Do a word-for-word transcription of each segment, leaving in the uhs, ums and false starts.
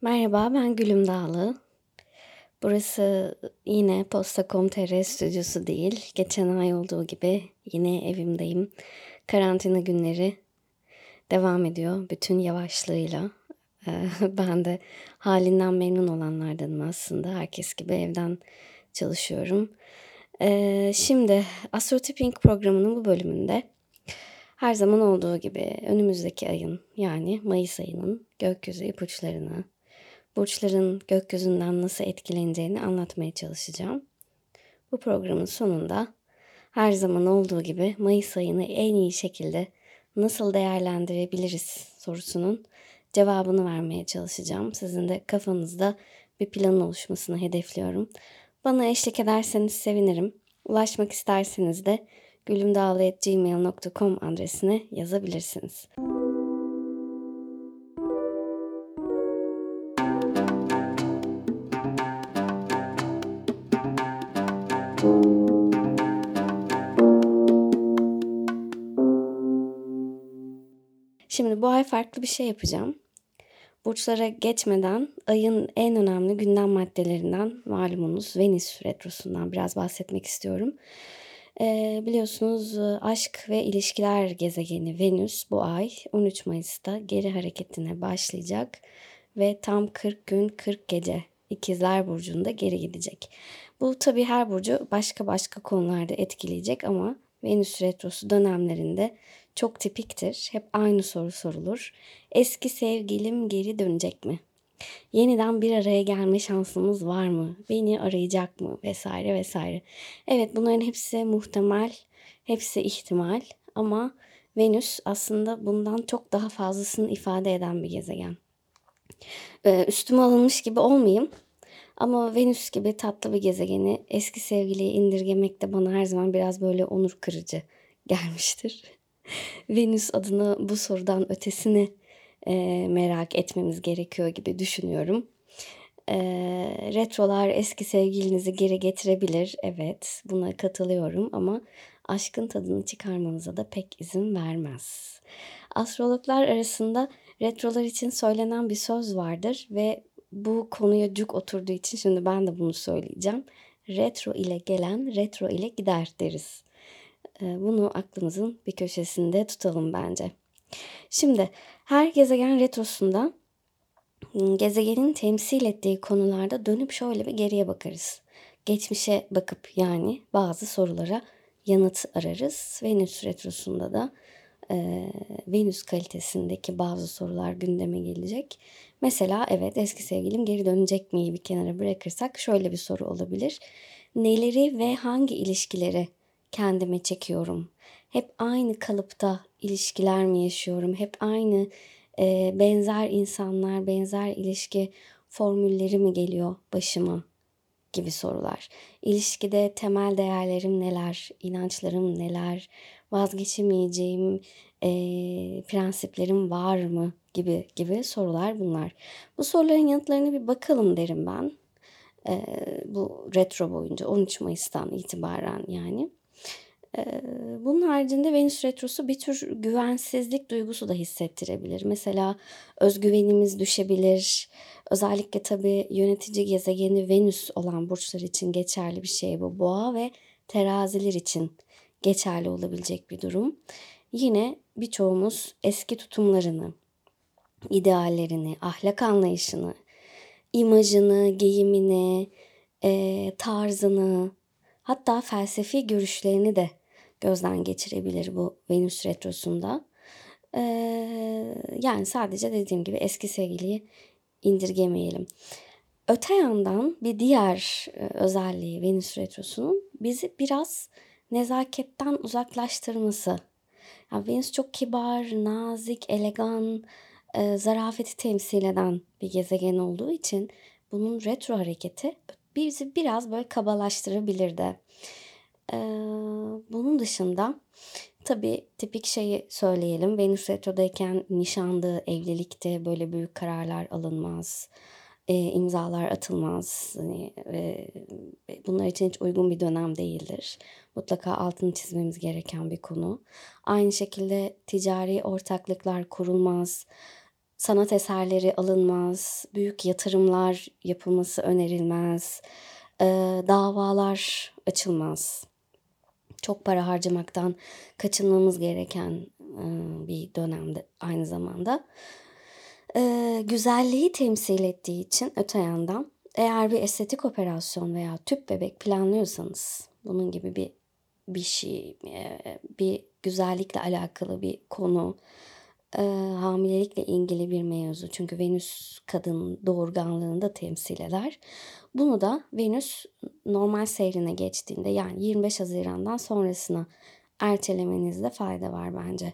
Merhaba, ben Gülüm Dağlı. Burası yine Posta nokta com nokta tr stüdyosu değil. Geçen ay olduğu gibi yine evimdeyim. Karantina günleri devam ediyor bütün yavaşlığıyla. Eee, Ben de halinden memnun olanlardanım aslında. Herkes gibi evden çalışıyorum. Eee, şimdi Astrotipping programının bu bölümünde her zaman olduğu gibi önümüzdeki ayın yani Mayıs ayının gökyüzü ipuçlarını, burçların gökyüzünden nasıl etkileneceğini anlatmaya çalışacağım. Bu programın sonunda her zaman olduğu gibi Mayıs ayını en iyi şekilde nasıl değerlendirebiliriz sorusunun cevabını vermeye çalışacağım. Sizin de kafanızda bir planın oluşmasını hedefliyorum. Bana eşlik ederseniz sevinirim. Ulaşmak isterseniz de gülümdağlı at gmail nokta com adresine yazabilirsiniz. Şimdi bu ay farklı bir şey yapacağım. Burçlara geçmeden ayın en önemli gündem maddelerinden malumunuz Venüs retrosundan biraz bahsetmek istiyorum. Ee, biliyorsunuz aşk ve ilişkiler gezegeni Venüs bu ay on üç Mayıs'ta geri hareketine başlayacak ve tam kırk gün kırk gece İkizler Burcu'nda geri gidecek. Bu tabii her burcu başka başka konularda etkileyecek ama Venüs retrosu dönemlerinde çok tipiktir. Hep aynı soru sorulur. Eski sevgilim geri dönecek mi? Yeniden bir araya gelme şansımız var mı? Beni arayacak mı? Vesaire vesaire. Evet, bunların hepsi muhtemel, hepsi ihtimal ama Venüs aslında bundan çok daha fazlasını ifade eden bir gezegen. Ee, üstüme alınmış gibi olmayayım ama Venüs gibi tatlı bir gezegeni eski sevgiliyi indirgemek de bana her zaman biraz böyle onur kırıcı gelmiştir. Venüs adına bu sorudan ötesini e, merak etmemiz gerekiyor gibi düşünüyorum. E, Retrolar eski sevgilinizi geri getirebilir. Evet, buna katılıyorum ama aşkın tadını çıkarmanıza da pek izin vermez. Astrologlar arasında retrolar için söylenen bir söz vardır ve bu konuya cuk oturduğu için şimdi ben de bunu söyleyeceğim. Retro ile gelen retro ile gider deriz. Bunu aklımızın bir köşesinde tutalım bence. Şimdi her gezegen retrosunda gezegenin temsil ettiği konularda dönüp şöyle bir geriye bakarız. Geçmişe bakıp yani bazı sorulara yanıt ararız. Venüs retrosunda da e, Venüs kalitesindeki bazı sorular gündeme gelecek. Mesela evet eski sevgilim geri dönecek miyi bir kenara bırakırsak şöyle bir soru olabilir. Neleri ve hangi ilişkileri kendime çekiyorum? Hep aynı kalıpta ilişkiler mi yaşıyorum? Hep aynı e, benzer insanlar, benzer ilişki formülleri mi geliyor başıma gibi sorular. İlişkide temel değerlerim neler, inançlarım neler, vazgeçemeyeceğim e, prensiplerim var mı gibi gibi sorular bunlar. Bu soruların yanıtlarına bir bakalım derim ben. E, bu retro boyunca on üç Mayıs'tan itibaren yani. Ee, Bunun haricinde Venüs retrosu bir tür güvensizlik duygusu da hissettirebilir. Mesela özgüvenimiz düşebilir. Özellikle tabii yönetici gezegeni Venüs olan burçlar için geçerli bir şey bu. Boğa ve teraziler için geçerli olabilecek bir durum. Yine birçoğumuz eski tutumlarını, ideallerini, ahlak anlayışını, imajını, giyimini, e, tarzını, hatta felsefi görüşlerini de gözden geçirebilir bu Venüs retrosunda. E, Yani sadece dediğim gibi eski sevgiliyi indirgemeyelim. Öte yandan bir diğer e, özelliği Venüs retrosunun bizi biraz nezaketten uzaklaştırması. Yani Venüs çok kibar, nazik, elegan, e, zarafeti temsil eden bir gezegen olduğu için bunun retro hareketi bizi biraz böyle kabalaştırabilir de. E, Bunun dışında tabii tipik şeyi söyleyelim. Venüs retrodayken nişandı, evlilikte böyle büyük kararlar alınmaz. E, imzalar atılmaz. Hani, e, bunlar için hiç uygun bir dönem değildir. Mutlaka altını çizmemiz gereken bir konu. Aynı şekilde ticari ortaklıklar kurulmaz. sanat eserleri alınmaz, büyük yatırımlar yapılması önerilmez, eee, davalar açılmaz. Çok para harcamaktan kaçınmamız gereken eee, bir dönemde aynı zamanda. Eee, güzelliği temsil ettiği için öte yandan eğer bir estetik operasyon veya tüp bebek planlıyorsanız bunun gibi bir bir şey, eee, bir güzellikle alakalı bir konu, eee, hamilelikle ilgili bir mevzu. Çünkü Venüs kadının doğurganlığını da temsil eder. Bunu da Venüs normal seyrine geçtiğinde yani yirmi beş Haziran'dan sonrasına ertelemenizde fayda var bence.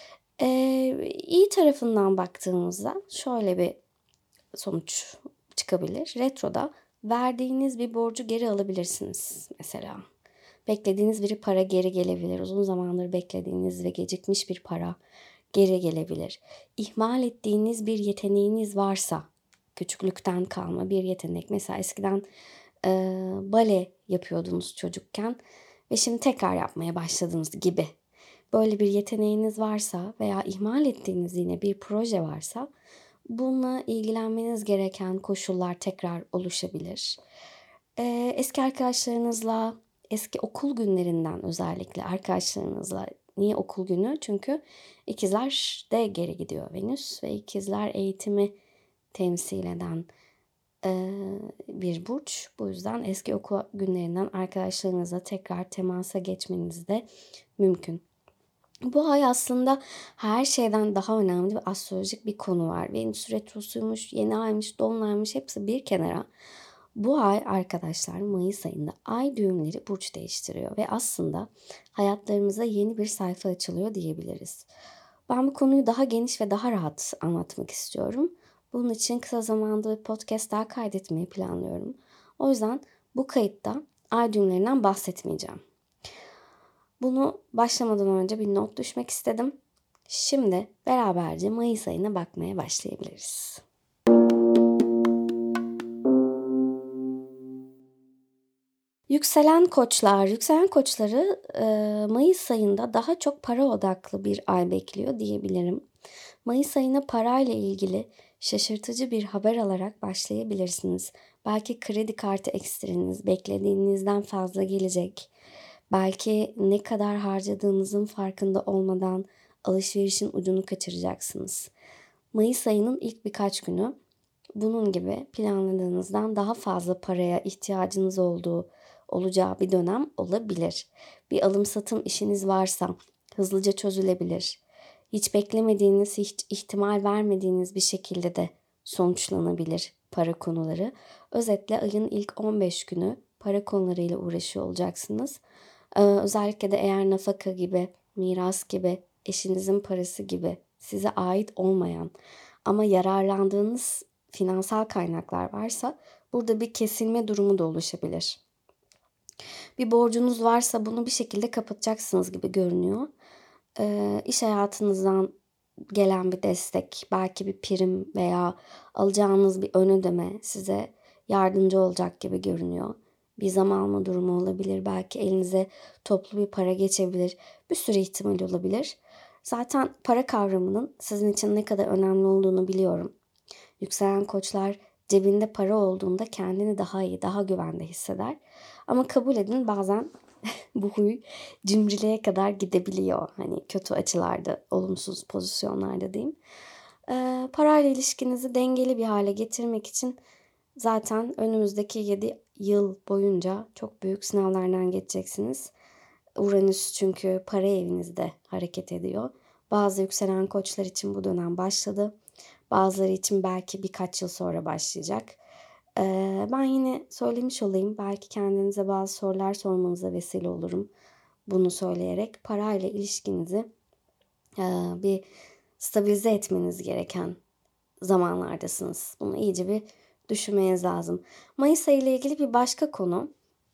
Eee iyi tarafından baktığımızda şöyle bir sonuç çıkabilir. Retroda verdiğiniz bir borcu geri alabilirsiniz mesela. Beklediğiniz bir para geri gelebilir. Uzun zamandır beklediğiniz ve gecikmiş bir para geri gelebilir. İhmal ettiğiniz bir yeteneğiniz varsa, küçüklükten kalma bir yetenek. Mesela eskiden e, bale yapıyordunuz çocukken ve şimdi tekrar yapmaya başladınız gibi. Böyle bir yeteneğiniz varsa veya ihmal ettiğiniz yine bir proje varsa bununla ilgilenmeniz gereken koşullar tekrar oluşabilir. Ee, eski arkadaşlarınızla, eski okul günlerinden özellikle arkadaşlarınızla, niye okul günü? Çünkü ikizler de geri gidiyor Venüs ve ikizler eğitimi temsil eden e, bir burç. Bu yüzden eski okul günlerinden arkadaşlarınızla tekrar temasa geçmeniz de mümkün. Bu ay aslında her şeyden daha önemli bir astrolojik bir konu var. Venüs retrosuymuş, yeni aymış, dolunaymış hepsi bir kenara. Bu ay arkadaşlar Mayıs ayında ay düğümleri burç değiştiriyor ve aslında hayatlarımıza yeni bir sayfa açılıyor diyebiliriz. Ben bu konuyu daha geniş ve daha rahat anlatmak istiyorum. Bunun için kısa zamanda bir podcast daha kaydetmeyi planlıyorum. O yüzden bu kayıtta ay düğümlerinden bahsetmeyeceğim. Bunu başlamadan önce bir not düşmek istedim. Şimdi beraberce Mayıs ayına bakmaya başlayabiliriz. Yükselen koçlar, yükselen koçları Mayıs ayında daha çok para odaklı bir ay bekliyor diyebilirim. Mayıs ayına parayla ilgili şaşırtıcı bir haber alarak başlayabilirsiniz. Belki kredi kartı ekstreniz beklediğinizden fazla gelecek. Belki ne kadar harcadığınızın farkında olmadan alışverişin ucunu kaçıracaksınız. Mayıs ayının ilk birkaç günü bunun gibi planladığınızdan daha fazla paraya ihtiyacınız olduğu olacağı bir dönem olabilir. Bir alım satım işiniz varsa hızlıca çözülebilir. Hiç beklemediğiniz, hiç ihtimal vermediğiniz bir şekilde de sonuçlanabilir para konuları. Özetle ayın ilk on beş günü para konularıyla uğraşıyor olacaksınız. Ee, özellikle de eğer nafaka gibi, miras gibi, eşinizin parası gibi size ait olmayan ama yararlandığınız finansal kaynaklar varsa burada bir kesilme durumu da oluşabilir. Bir borcunuz varsa bunu bir şekilde kapatacaksınız gibi görünüyor. Ee, iş hayatınızdan gelen bir destek, belki bir prim veya alacağınız bir ön ödeme size yardımcı olacak gibi görünüyor. Bir zaman alma durumu olabilir, belki elinize toplu bir para geçebilir, bir sürü ihtimal olabilir. Zaten para kavramının sizin için ne kadar önemli olduğunu biliyorum. Yükselen koçlar cebinde para olduğunda kendini daha iyi, daha güvende hisseder. Ama kabul edin bazen bu huy cimriliğe kadar gidebiliyor. Hani kötü açılarda, olumsuz pozisyonlarda diyeyim. Ee, parayla ilişkinizi dengeli bir hale getirmek için zaten önümüzdeki yedi yıl boyunca çok büyük sınavlardan geçeceksiniz. Uranüs çünkü para evinizde hareket ediyor. Bazı yükselen koçlar için bu dönem başladı. Bazıları için belki birkaç yıl sonra başlayacak. Ee, ben yine söylemiş olayım. Belki kendinize bazı sorular sormanıza vesile olurum. Bunu söyleyerek parayla ilişkinizi e, bir stabilize etmeniz gereken zamanlardasınız. Bunu iyice bir düşünmeniz lazım. Mayıs ayı ile ilgili bir başka konu.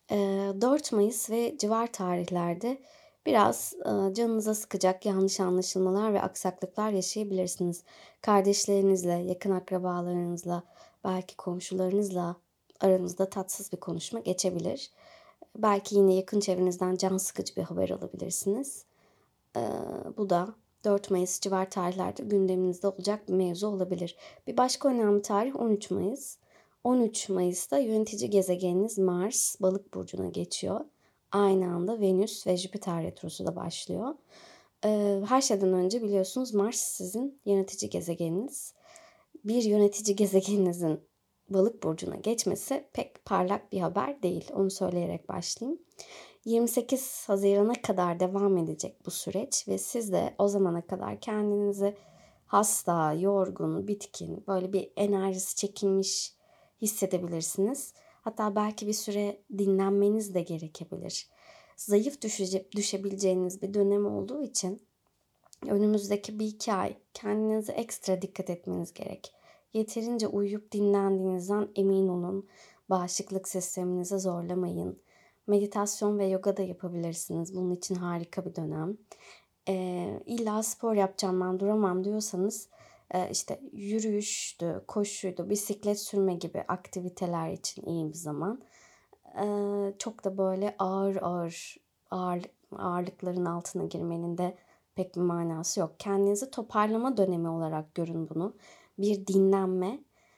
dört Mayıs ve civar tarihlerde biraz canınıza sıkacak yanlış anlaşılmalar ve aksaklıklar yaşayabilirsiniz. Kardeşlerinizle, yakın akrabalarınızla, belki komşularınızla aranızda tatsız bir konuşma geçebilir. Belki yine yakın çevrenizden can sıkıcı bir haber alabilirsiniz. Bu da dört Mayıs civar tarihlerde gündeminizde olacak bir mevzu olabilir. Bir başka önemli tarih on üç Mayıs. on üç Mayıs'ta yönetici gezegeniniz Mars Balık burcuna geçiyor. Aynı anda Venüs ve Jüpiter retrosu da başlıyor. Ee, her şeyden önce biliyorsunuz Mars sizin yönetici gezegeniniz. Bir yönetici gezegeninizin Balık burcuna geçmesi pek parlak bir haber değil. Onu söyleyerek başlayayım. yirmi sekiz Haziran'a kadar devam edecek bu süreç ve siz de o zamana kadar kendinizi hasta, yorgun, bitkin, böyle bir enerjisi çekilmiş hissedebilirsiniz. Hatta belki bir süre dinlenmeniz de gerekebilir. Zayıf düşece, düşebileceğiniz bir dönem olduğu için önümüzdeki bir iki ay kendinize ekstra dikkat etmeniz gerek. Yeterince uyuyup dinlendiğinizden emin olun. Bağışıklık sisteminizi zorlamayın. Meditasyon ve yoga da yapabilirsiniz. Bunun için harika bir dönem. Ee, illa spor yapacağım ben duramam diyorsanız e, işte yürüyüştü, koşuydu, bisiklet sürme gibi aktiviteler için iyi bir zaman. Ee, çok da böyle ağır ağır ağır, ağırlıkların altına girmenin de pek bir manası yok. Kendinizi toparlama dönemi olarak görün bunu. Bir dinlenme,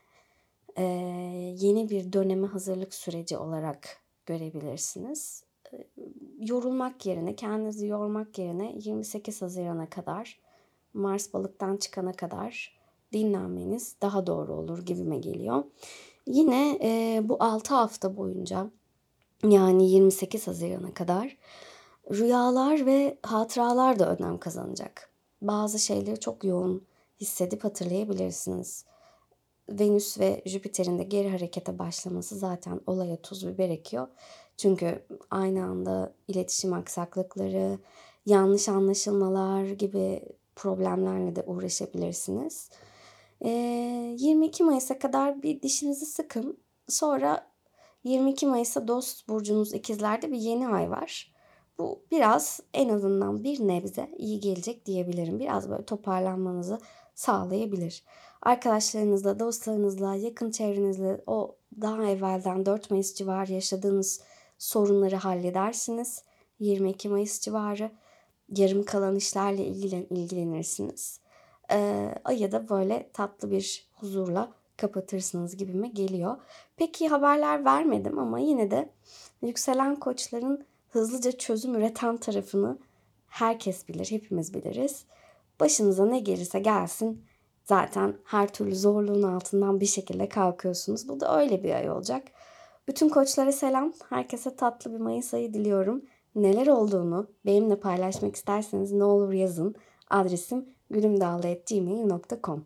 e, yeni bir döneme hazırlık süreci olarak görebilirsiniz. E, yorulmak yerine, kendinizi yormak yerine yirmi sekiz Haziran'a kadar, Mars balıktan çıkana kadar dinlenmeniz daha doğru olur gibime geliyor. Yine e, bu altı hafta boyunca, yani yirmi sekiz Haziran'a kadar rüyalar ve hatıralar da önem kazanacak. Bazı şeyleri çok yoğun hissedip hatırlayabilirsiniz. Venüs ve Jüpiter'in de geri harekete başlaması zaten olaya tuz biber ekiyor. Çünkü aynı anda iletişim aksaklıkları, yanlış anlaşılmalar gibi problemlerle de uğraşabilirsiniz. Ee, yirmi iki Mayıs'a kadar bir dişinizi sıkın. Sonra yirmi iki Mayıs'ta Dost burcunuz ikizlerde bir yeni ay var. Bu biraz en azından bir nebze iyi gelecek diyebilirim. Biraz böyle toparlanmanızı sağlayabilir. Arkadaşlarınızla, dostlarınızla, yakın çevrenizle o daha evvelden dört Mayıs civarı yaşadığınız sorunları halledersiniz. yirmi iki Mayıs civarı yarım kalan işlerle ilgilen, ilgilenirsiniz. Ee, ayı da böyle tatlı bir huzurla kapatırsınız gibime geliyor. Peki haberler vermedim ama yine de yükselen koçların hızlıca çözüm üreten tarafını herkes bilir, hepimiz biliriz. Başınıza ne gelirse gelsin zaten her türlü zorluğun altından bir şekilde kalkıyorsunuz. Bu da öyle bir ay olacak. Bütün koçlara selam. Herkese tatlı bir Mayıs ayı diliyorum. Neler olduğunu benimle paylaşmak isterseniz ne olur yazın. Adresim gülümdağlı at gmail nokta com.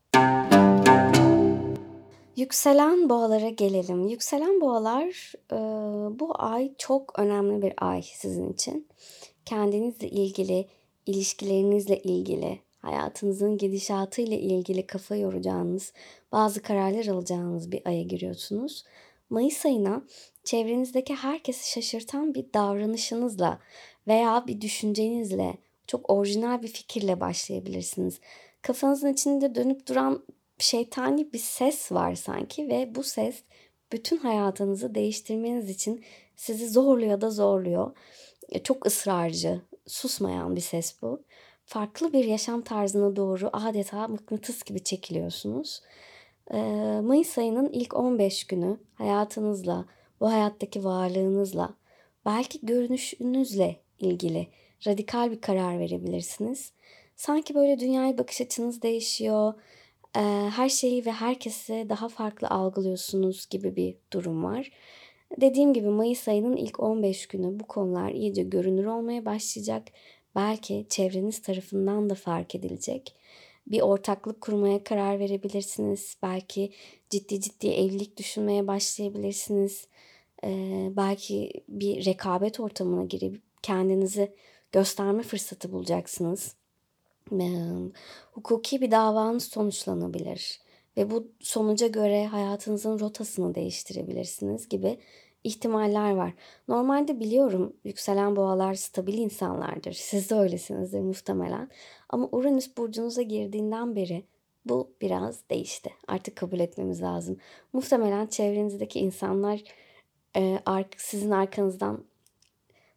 Yükselen boğalara gelelim. Yükselen boğalar e, bu ay çok önemli bir ay sizin için. Kendinizle ilgili, ilişkilerinizle ilgili, hayatınızın gidişatıyla ilgili kafa yoracağınız, bazı kararlar alacağınız bir aya giriyorsunuz. Mayıs ayına çevrenizdeki herkesi şaşırtan bir davranışınızla veya bir düşüncenizle, çok orijinal bir fikirle başlayabilirsiniz. Kafanızın içinde dönüp duran şeytani bir ses var sanki ve bu ses bütün hayatınızı değiştirmeniz için sizi zorluyor da zorluyor. Çok ısrarcı, susmayan bir ses bu. Farklı bir yaşam tarzına doğru adeta mıknatıs gibi çekiliyorsunuz. Ee, Mayıs ayının ilk on beş günü hayatınızla, bu hayattaki varlığınızla, belki görünüşünüzle ilgili radikal bir karar verebilirsiniz. Sanki böyle dünyaya bakış açınız değişiyor, her şeyi ve herkesi daha farklı algılıyorsunuz gibi bir durum var. Dediğim gibi Mayıs ayının ilk on beş günü bu konular iyice görünür olmaya başlayacak. Belki çevreniz tarafından da fark edilecek. Bir ortaklık kurmaya karar verebilirsiniz. Belki ciddi ciddi evlilik düşünmeye başlayabilirsiniz. Ee, belki bir rekabet ortamına girip kendinizi gösterme fırsatı bulacaksınız. Hukuki bir davanız sonuçlanabilir ve bu sonuca göre hayatınızın rotasını değiştirebilirsiniz gibi ihtimaller var. Normalde biliyorum yükselen boğalar stabil insanlardır. Siz de öylesinizdir muhtemelen. Ama Uranüs burcunuza girdiğinden beri bu biraz değişti. Artık kabul etmemiz lazım. Muhtemelen çevrenizdeki insanlar e, sizin arkanızdan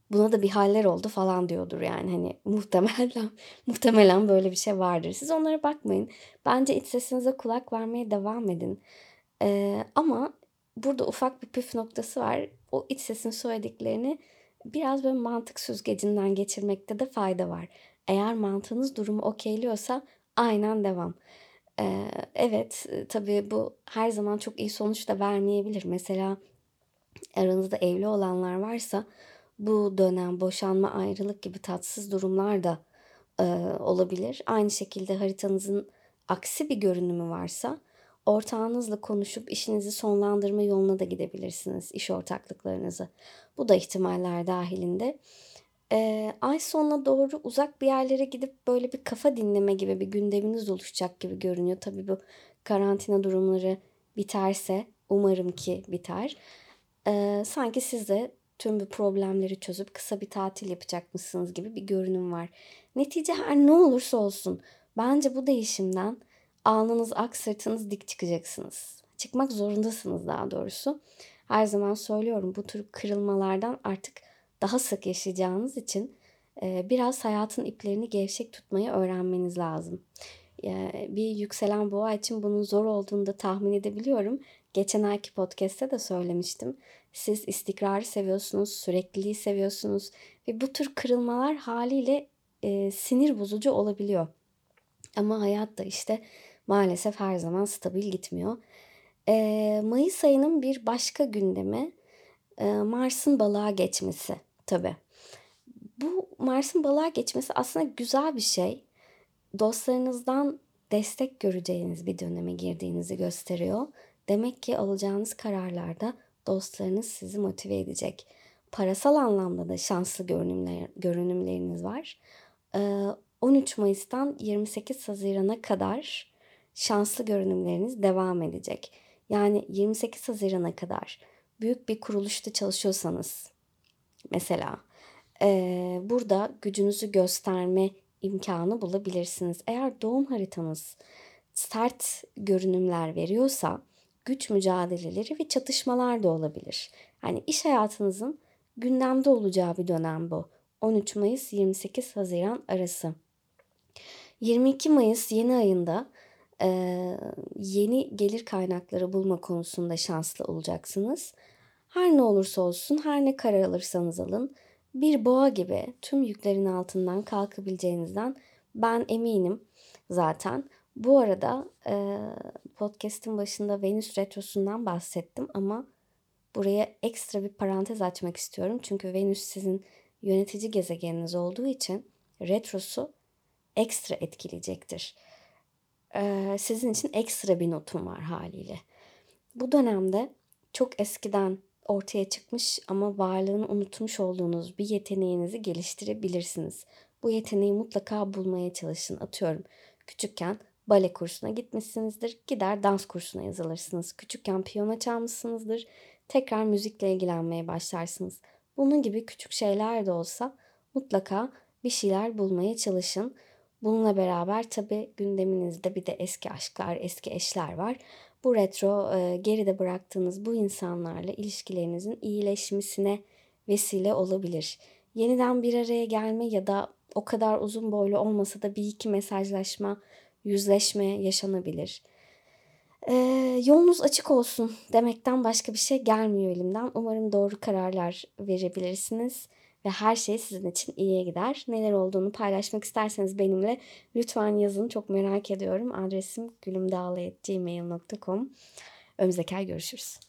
buna da bir haller oldu falan diyordur yani. Hani muhtemelen muhtemelen böyle bir şey vardır. Siz onlara bakmayın. Bence iç sesinize kulak vermeye devam edin. Ee, ama burada ufak bir püf noktası var. O iç sesin söylediklerini biraz böyle mantık süzgecinden geçirmekte de fayda var. Eğer mantığınız durumu okeyliyorsa aynen devam. Ee, evet, tabii bu her zaman çok iyi sonuç da vermeyebilir. Mesela aranızda evli olanlar varsa bu dönem boşanma, ayrılık gibi tatsız durumlar da e, olabilir. Aynı şekilde haritanızın aksi bir görünümü varsa ortağınızla konuşup işinizi sonlandırma yoluna da gidebilirsiniz, iş ortaklıklarınızı. Bu da ihtimaller dahilinde. E, ay sonuna doğru uzak bir yerlere gidip böyle bir kafa dinleme gibi bir gündeminiz oluşacak gibi görünüyor. Tabii bu karantina durumları biterse, umarım ki biter. Ee, sanki siz de tüm bu problemleri çözüp kısa bir tatil yapacakmışsınız gibi bir görünüm var. Netice her ne olursa olsun bence bu değişimden alnınız ak sırtınız dik çıkacaksınız. Çıkmak zorundasınız daha doğrusu. Her zaman söylüyorum, bu tür kırılmalardan artık daha sık yaşayacağınız için e, biraz hayatın iplerini gevşek tutmayı öğrenmeniz lazım. E, Bir yükselen boğa için bunun zor olduğunu da tahmin edebiliyorum. Geçen ayki podcast'te de söylemiştim. Siz istikrarı seviyorsunuz, sürekliliği seviyorsunuz ve bu tür kırılmalar haliyle e, sinir bozucu olabiliyor. Ama hayat da işte maalesef her zaman stabil gitmiyor. E, Mayıs ayının bir başka gündemi e, Mars'ın balığa geçmesi tabii. Bu Mars'ın balığa geçmesi aslında güzel bir şey. Dostlarınızdan destek göreceğiniz bir döneme girdiğinizi gösteriyor. Demek ki alacağınız kararlarda dostlarınız sizi motive edecek. Parasal anlamda da şanslı görünümler, görünümleriniz var. Ee, on üç Mayıs'tan yirmi sekiz Haziran'a kadar şanslı görünümleriniz devam edecek. Yani yirmi sekiz Haziran'a kadar büyük bir kuruluşta çalışıyorsanız mesela ee, burada gücünüzü gösterme imkanı bulabilirsiniz. Eğer doğum haritanız sert görünümler veriyorsa güç mücadeleleri ve çatışmalar da olabilir. Yani iş hayatınızın gündemde olacağı bir dönem bu. on üç Mayıs yirmi sekiz Haziran arası. yirmi iki Mayıs yeni ayında e, yeni gelir kaynakları bulma konusunda şanslı olacaksınız. Her ne olursa olsun, her ne karar alırsanız alın, bir boğa gibi tüm yüklerin altından kalkabileceğinizden ben eminim zaten. Bu arada e, podcast'in başında Venüs Retrosu'ndan bahsettim ama buraya ekstra bir parantez açmak istiyorum. Çünkü Venüs sizin yönetici gezegeniniz olduğu için retrosu ekstra etkileyecektir. Ee, sizin için ekstra bir notum var haliyle. Bu dönemde çok eskiden ortaya çıkmış ama varlığını unutmuş olduğunuz bir yeteneğinizi geliştirebilirsiniz. Bu yeteneği mutlaka bulmaya çalışın. Atıyorum, küçükken bale kursuna gitmişsinizdir. Gider dans kursuna yazılırsınız. Küçükken piyano çalmışsınızdır. Tekrar müzikle ilgilenmeye başlarsınız. Bunun gibi küçük şeyler de olsa mutlaka bir şeyler bulmaya çalışın. Bununla beraber tabii gündeminizde bir de eski aşklar, eski eşler var. Bu retro e, geride bıraktığınız bu insanlarla ilişkilerinizin iyileşmesine vesile olabilir. Yeniden bir araya gelme ya da o kadar uzun boylu olmasa da bir iki mesajlaşma, yüzleşme yaşanabilir. Ee, Yolunuz açık olsun demekten başka bir şey gelmiyor elimden. Umarım doğru kararlar verebilirsiniz ve her şey sizin için iyiye gider. Neler olduğunu paylaşmak isterseniz benimle lütfen yazın. Çok merak ediyorum. Adresim gülümdağlı at gmail nokta com. Önümüzdeki ay görüşürüz.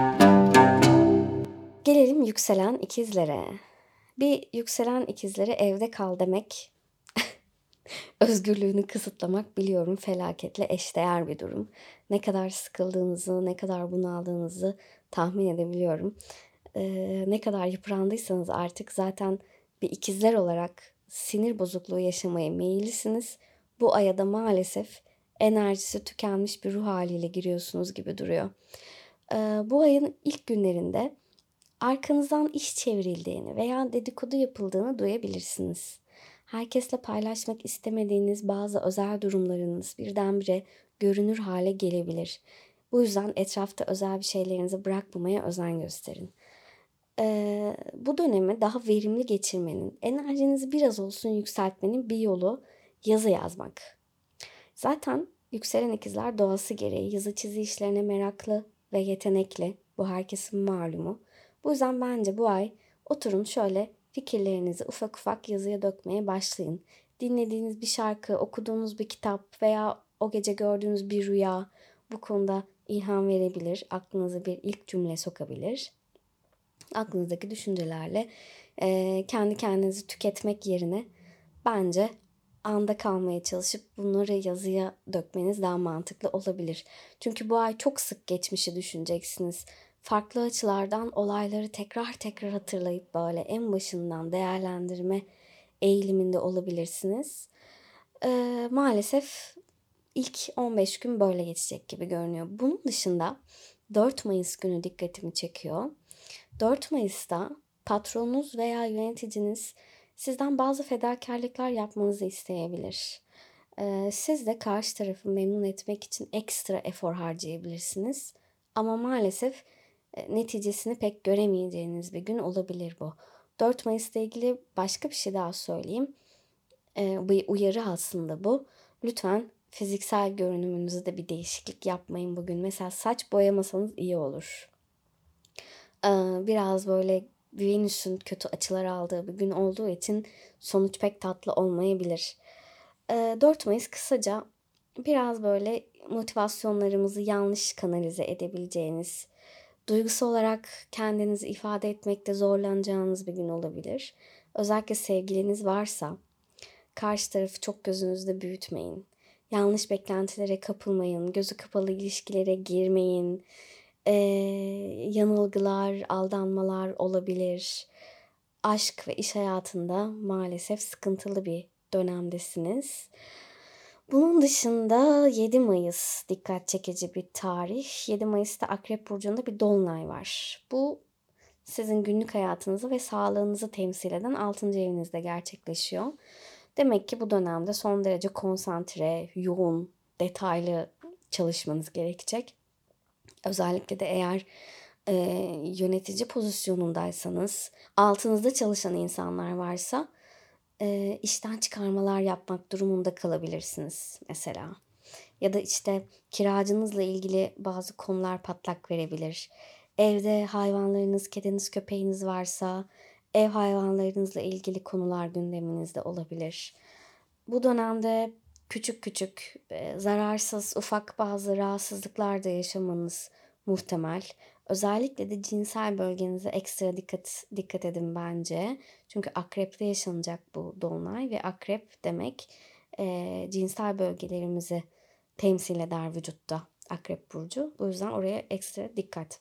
Gelelim yükselen ikizlere. Bir yükselen ikizlere evde kal demek, özgürlüğünü kısıtlamak biliyorum felaketle eşdeğer bir durum. Ne kadar sıkıldığınızı, ne kadar bunaldığınızı tahmin edebiliyorum. Ee, ne kadar yıprandıysanız artık zaten bir ikizler olarak sinir bozukluğu yaşamaya meyillisiniz. Bu aya da maalesef enerjisi tükenmiş bir ruh haliyle giriyorsunuz gibi duruyor. Ee, bu ayın ilk günlerinde arkanızdan iş çevrildiğini veya dedikodu yapıldığını duyabilirsiniz. Herkesle paylaşmak istemediğiniz bazı özel durumlarınız birdenbire görünür hale gelebilir. Bu yüzden etrafta özel bir şeylerinizi bırakmamaya özen gösterin. Eee, bu dönemi daha verimli geçirmenin, enerjinizi biraz olsun yükseltmenin bir yolu yazı yazmak. Zaten yükselen ikizler doğası gereği yazı çizi işlerine meraklı ve yetenekli. Bu herkesin malumu. Bu yüzden bence bu ay oturun şöyle fikirlerinizi ufak ufak yazıya dökmeye başlayın. Dinlediğiniz bir şarkı, okuduğunuz bir kitap veya o gece gördüğünüz bir rüya bu konuda ilham verebilir, aklınıza bir ilk cümle sokabilir. Aklınızdaki düşüncelerle eee, kendi kendinizi tüketmek yerine bence anda kalmaya çalışıp bunları yazıya dökmeniz daha mantıklı olabilir. Çünkü bu ay çok sık geçmişi düşüneceksiniz. Farklı açılardan olayları tekrar tekrar hatırlayıp böyle en başından değerlendirme eğiliminde olabilirsiniz. Eee, maalesef ilk on beş gün böyle geçecek gibi görünüyor. Bunun dışında dört Mayıs günü dikkatimi çekiyor. dört Mayıs'ta patronunuz veya yöneticiniz sizden bazı fedakarlıklar yapmanızı isteyebilir. Ee, siz de karşı tarafı memnun etmek için ekstra efor harcayabilirsiniz. Ama maalesef e, neticesini pek göremeyeceğiniz bir gün olabilir bu. dört Mayıs'la ilgili başka bir şey daha söyleyeyim. Ee, bir uyarı aslında bu. Lütfen fiziksel görünümünüzde bir değişiklik yapmayın bugün. Mesela saç boyamasanız iyi olur. Ee, biraz böyle Venüs'ün kötü açılar aldığı bir gün olduğu için sonuç pek tatlı olmayabilir. Ee, dört Mayıs kısaca biraz böyle motivasyonlarımızı yanlış kanalize edebileceğiniz, duygusal olarak kendinizi ifade etmekte zorlanacağınız bir gün olabilir. Özellikle sevgiliniz varsa karşı tarafı çok gözünüzde büyütmeyin. Yanlış beklentilere kapılmayın. Gözü kapalı ilişkilere girmeyin. Ee, yanılgılar, aldanmalar olabilir. Aşk ve iş hayatında maalesef sıkıntılı bir dönemdesiniz. Bunun dışında yedi Mayıs dikkat çekici bir tarih. yedi Mayıs'ta Akrep Burcu'nda bir dolunay var. Bu sizin günlük hayatınızı ve sağlığınızı temsil eden altıncı evinizde gerçekleşiyor. Demek ki bu dönemde son derece konsantre, yoğun, detaylı çalışmanız gerekecek. Özellikle de eğer e, yönetici pozisyonundaysanız, altınızda çalışan insanlar varsa e, işten çıkarmalar yapmak durumunda kalabilirsiniz mesela. Ya da işte kiracınızla ilgili bazı konular patlak verebilir. Evde hayvanlarınız, kediniz, köpeğiniz varsa ev hayvanlarınızla ilgili konular gündeminizde olabilir. Bu dönemde küçük küçük, e, zararsız, ufak bazı rahatsızlıklar da yaşamanız muhtemel. Özellikle de cinsel bölgenize ekstra dikkat dikkat edin bence. Çünkü akrepte yaşanacak bu dolunay ve akrep demek e, cinsel bölgelerimizi temsil eder vücutta Akrep Burcu. Bu yüzden oraya ekstra dikkat.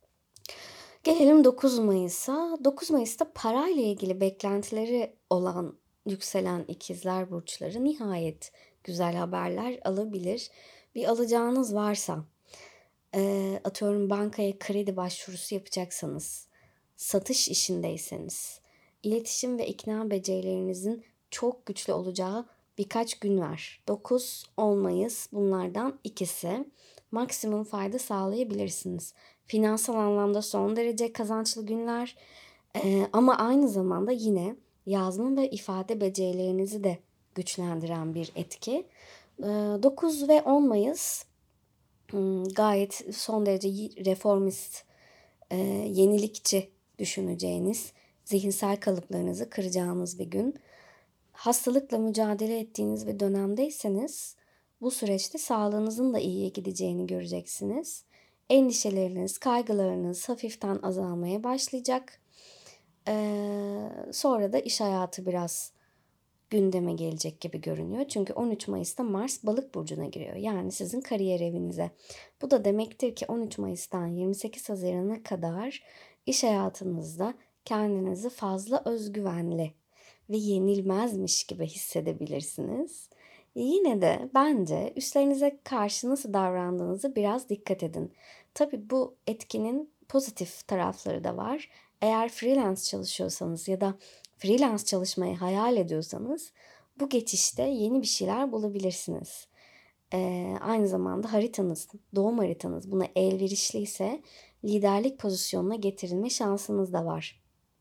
Gelelim dokuz Mayıs'a. dokuz Mayıs'ta parayla ilgili beklentileri olan yükselen ikizler burçları nihayet güzel haberler alabilir. Bir alacağınız varsa, e, atıyorum bankaya kredi başvurusu yapacaksanız, satış işindeyseniz, iletişim ve ikna becerilerinizin çok güçlü olacağı birkaç gün var. dokuz on Mayıs bunlardan ikisi. Maksimum fayda sağlayabilirsiniz. Finansal anlamda son derece kazançlı günler. Ee, ama aynı zamanda yine yazma ve ifade becerilerinizi de güçlendiren bir etki. Ee, dokuz ve on Mayıs hmm, gayet son derece reformist, e, yenilikçi düşüneceğiniz, zihinsel kalıplarınızı kıracağınız bir gün. Hastalıkla mücadele ettiğiniz bir dönemdeyseniz bu süreçte sağlığınızın da iyiye gideceğini göreceksiniz. Endişeleriniz, kaygılarınız hafiften azalmaya başlayacak. Ee, sonra da iş hayatı biraz gündeme gelecek gibi görünüyor. Çünkü on üç Mayıs'ta Mars Balık burcuna giriyor. Yani sizin kariyer evinize. Bu da demektir ki on üç Mayıs'tan yirmi sekiz Haziran'a kadar iş hayatınızda kendinizi fazla özgüvenli ve yenilmezmiş gibi hissedebilirsiniz. Yine de bence üstlerinize karşı nasıl davrandığınızı biraz dikkat edin. Tabii bu etkinin pozitif tarafları da var. Eğer freelance çalışıyorsanız ya da freelance çalışmayı hayal ediyorsanız bu geçişte yeni bir şeyler bulabilirsiniz. Ee, aynı zamanda haritanız, doğum haritanız buna elverişliyse liderlik pozisyonuna getirilme şansınız da var.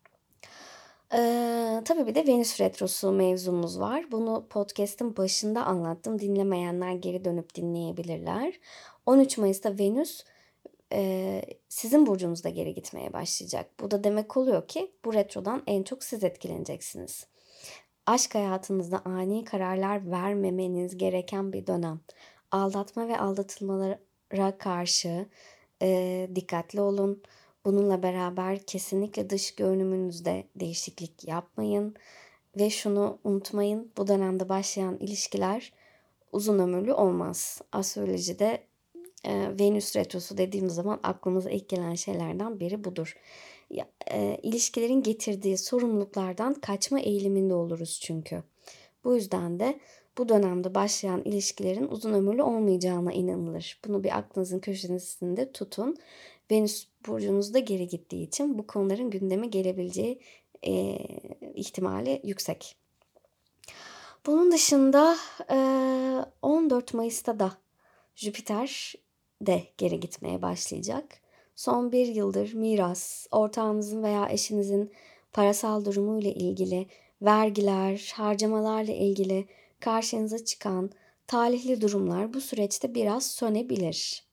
Ee, tabii bir de Venüs Retrosu mevzumuz var. Bunu podcast'ın başında anlattım. Dinlemeyenler geri dönüp dinleyebilirler. on üç Mayıs'ta Venüs e, sizin burcunuzda geri gitmeye başlayacak. Bu da demek oluyor ki bu retrodan en çok siz etkileneceksiniz. Aşk hayatınızda ani kararlar vermemeniz gereken bir dönem. Aldatma ve aldatılmalara karşı e, dikkatli olun. Bununla beraber kesinlikle dış görünümünüzde değişiklik yapmayın. Ve şunu unutmayın, bu dönemde başlayan ilişkiler uzun ömürlü olmaz. Astrolojide e, Venüs retrosu dediğimiz zaman aklımıza ilk gelen şeylerden biri budur. Ya, e, ilişkilerin getirdiği sorumluluklardan kaçma eğiliminde oluruz çünkü. Bu yüzden de bu dönemde başlayan ilişkilerin uzun ömürlü olmayacağına inanılır. Bunu bir aklınızın köşesinde tutun. Venüs burcunuzda geri gittiği için bu konuların gündeme gelebileceği e, ihtimali yüksek. Bunun dışında e, on dört Mayıs'ta da Jüpiter de geri gitmeye başlayacak. Son bir yıldır miras, ortağınızın veya eşinizin parasal durumu ile ilgili, vergiler, harcamalarla ilgili karşınıza çıkan talihli durumlar bu süreçte biraz sönebilir.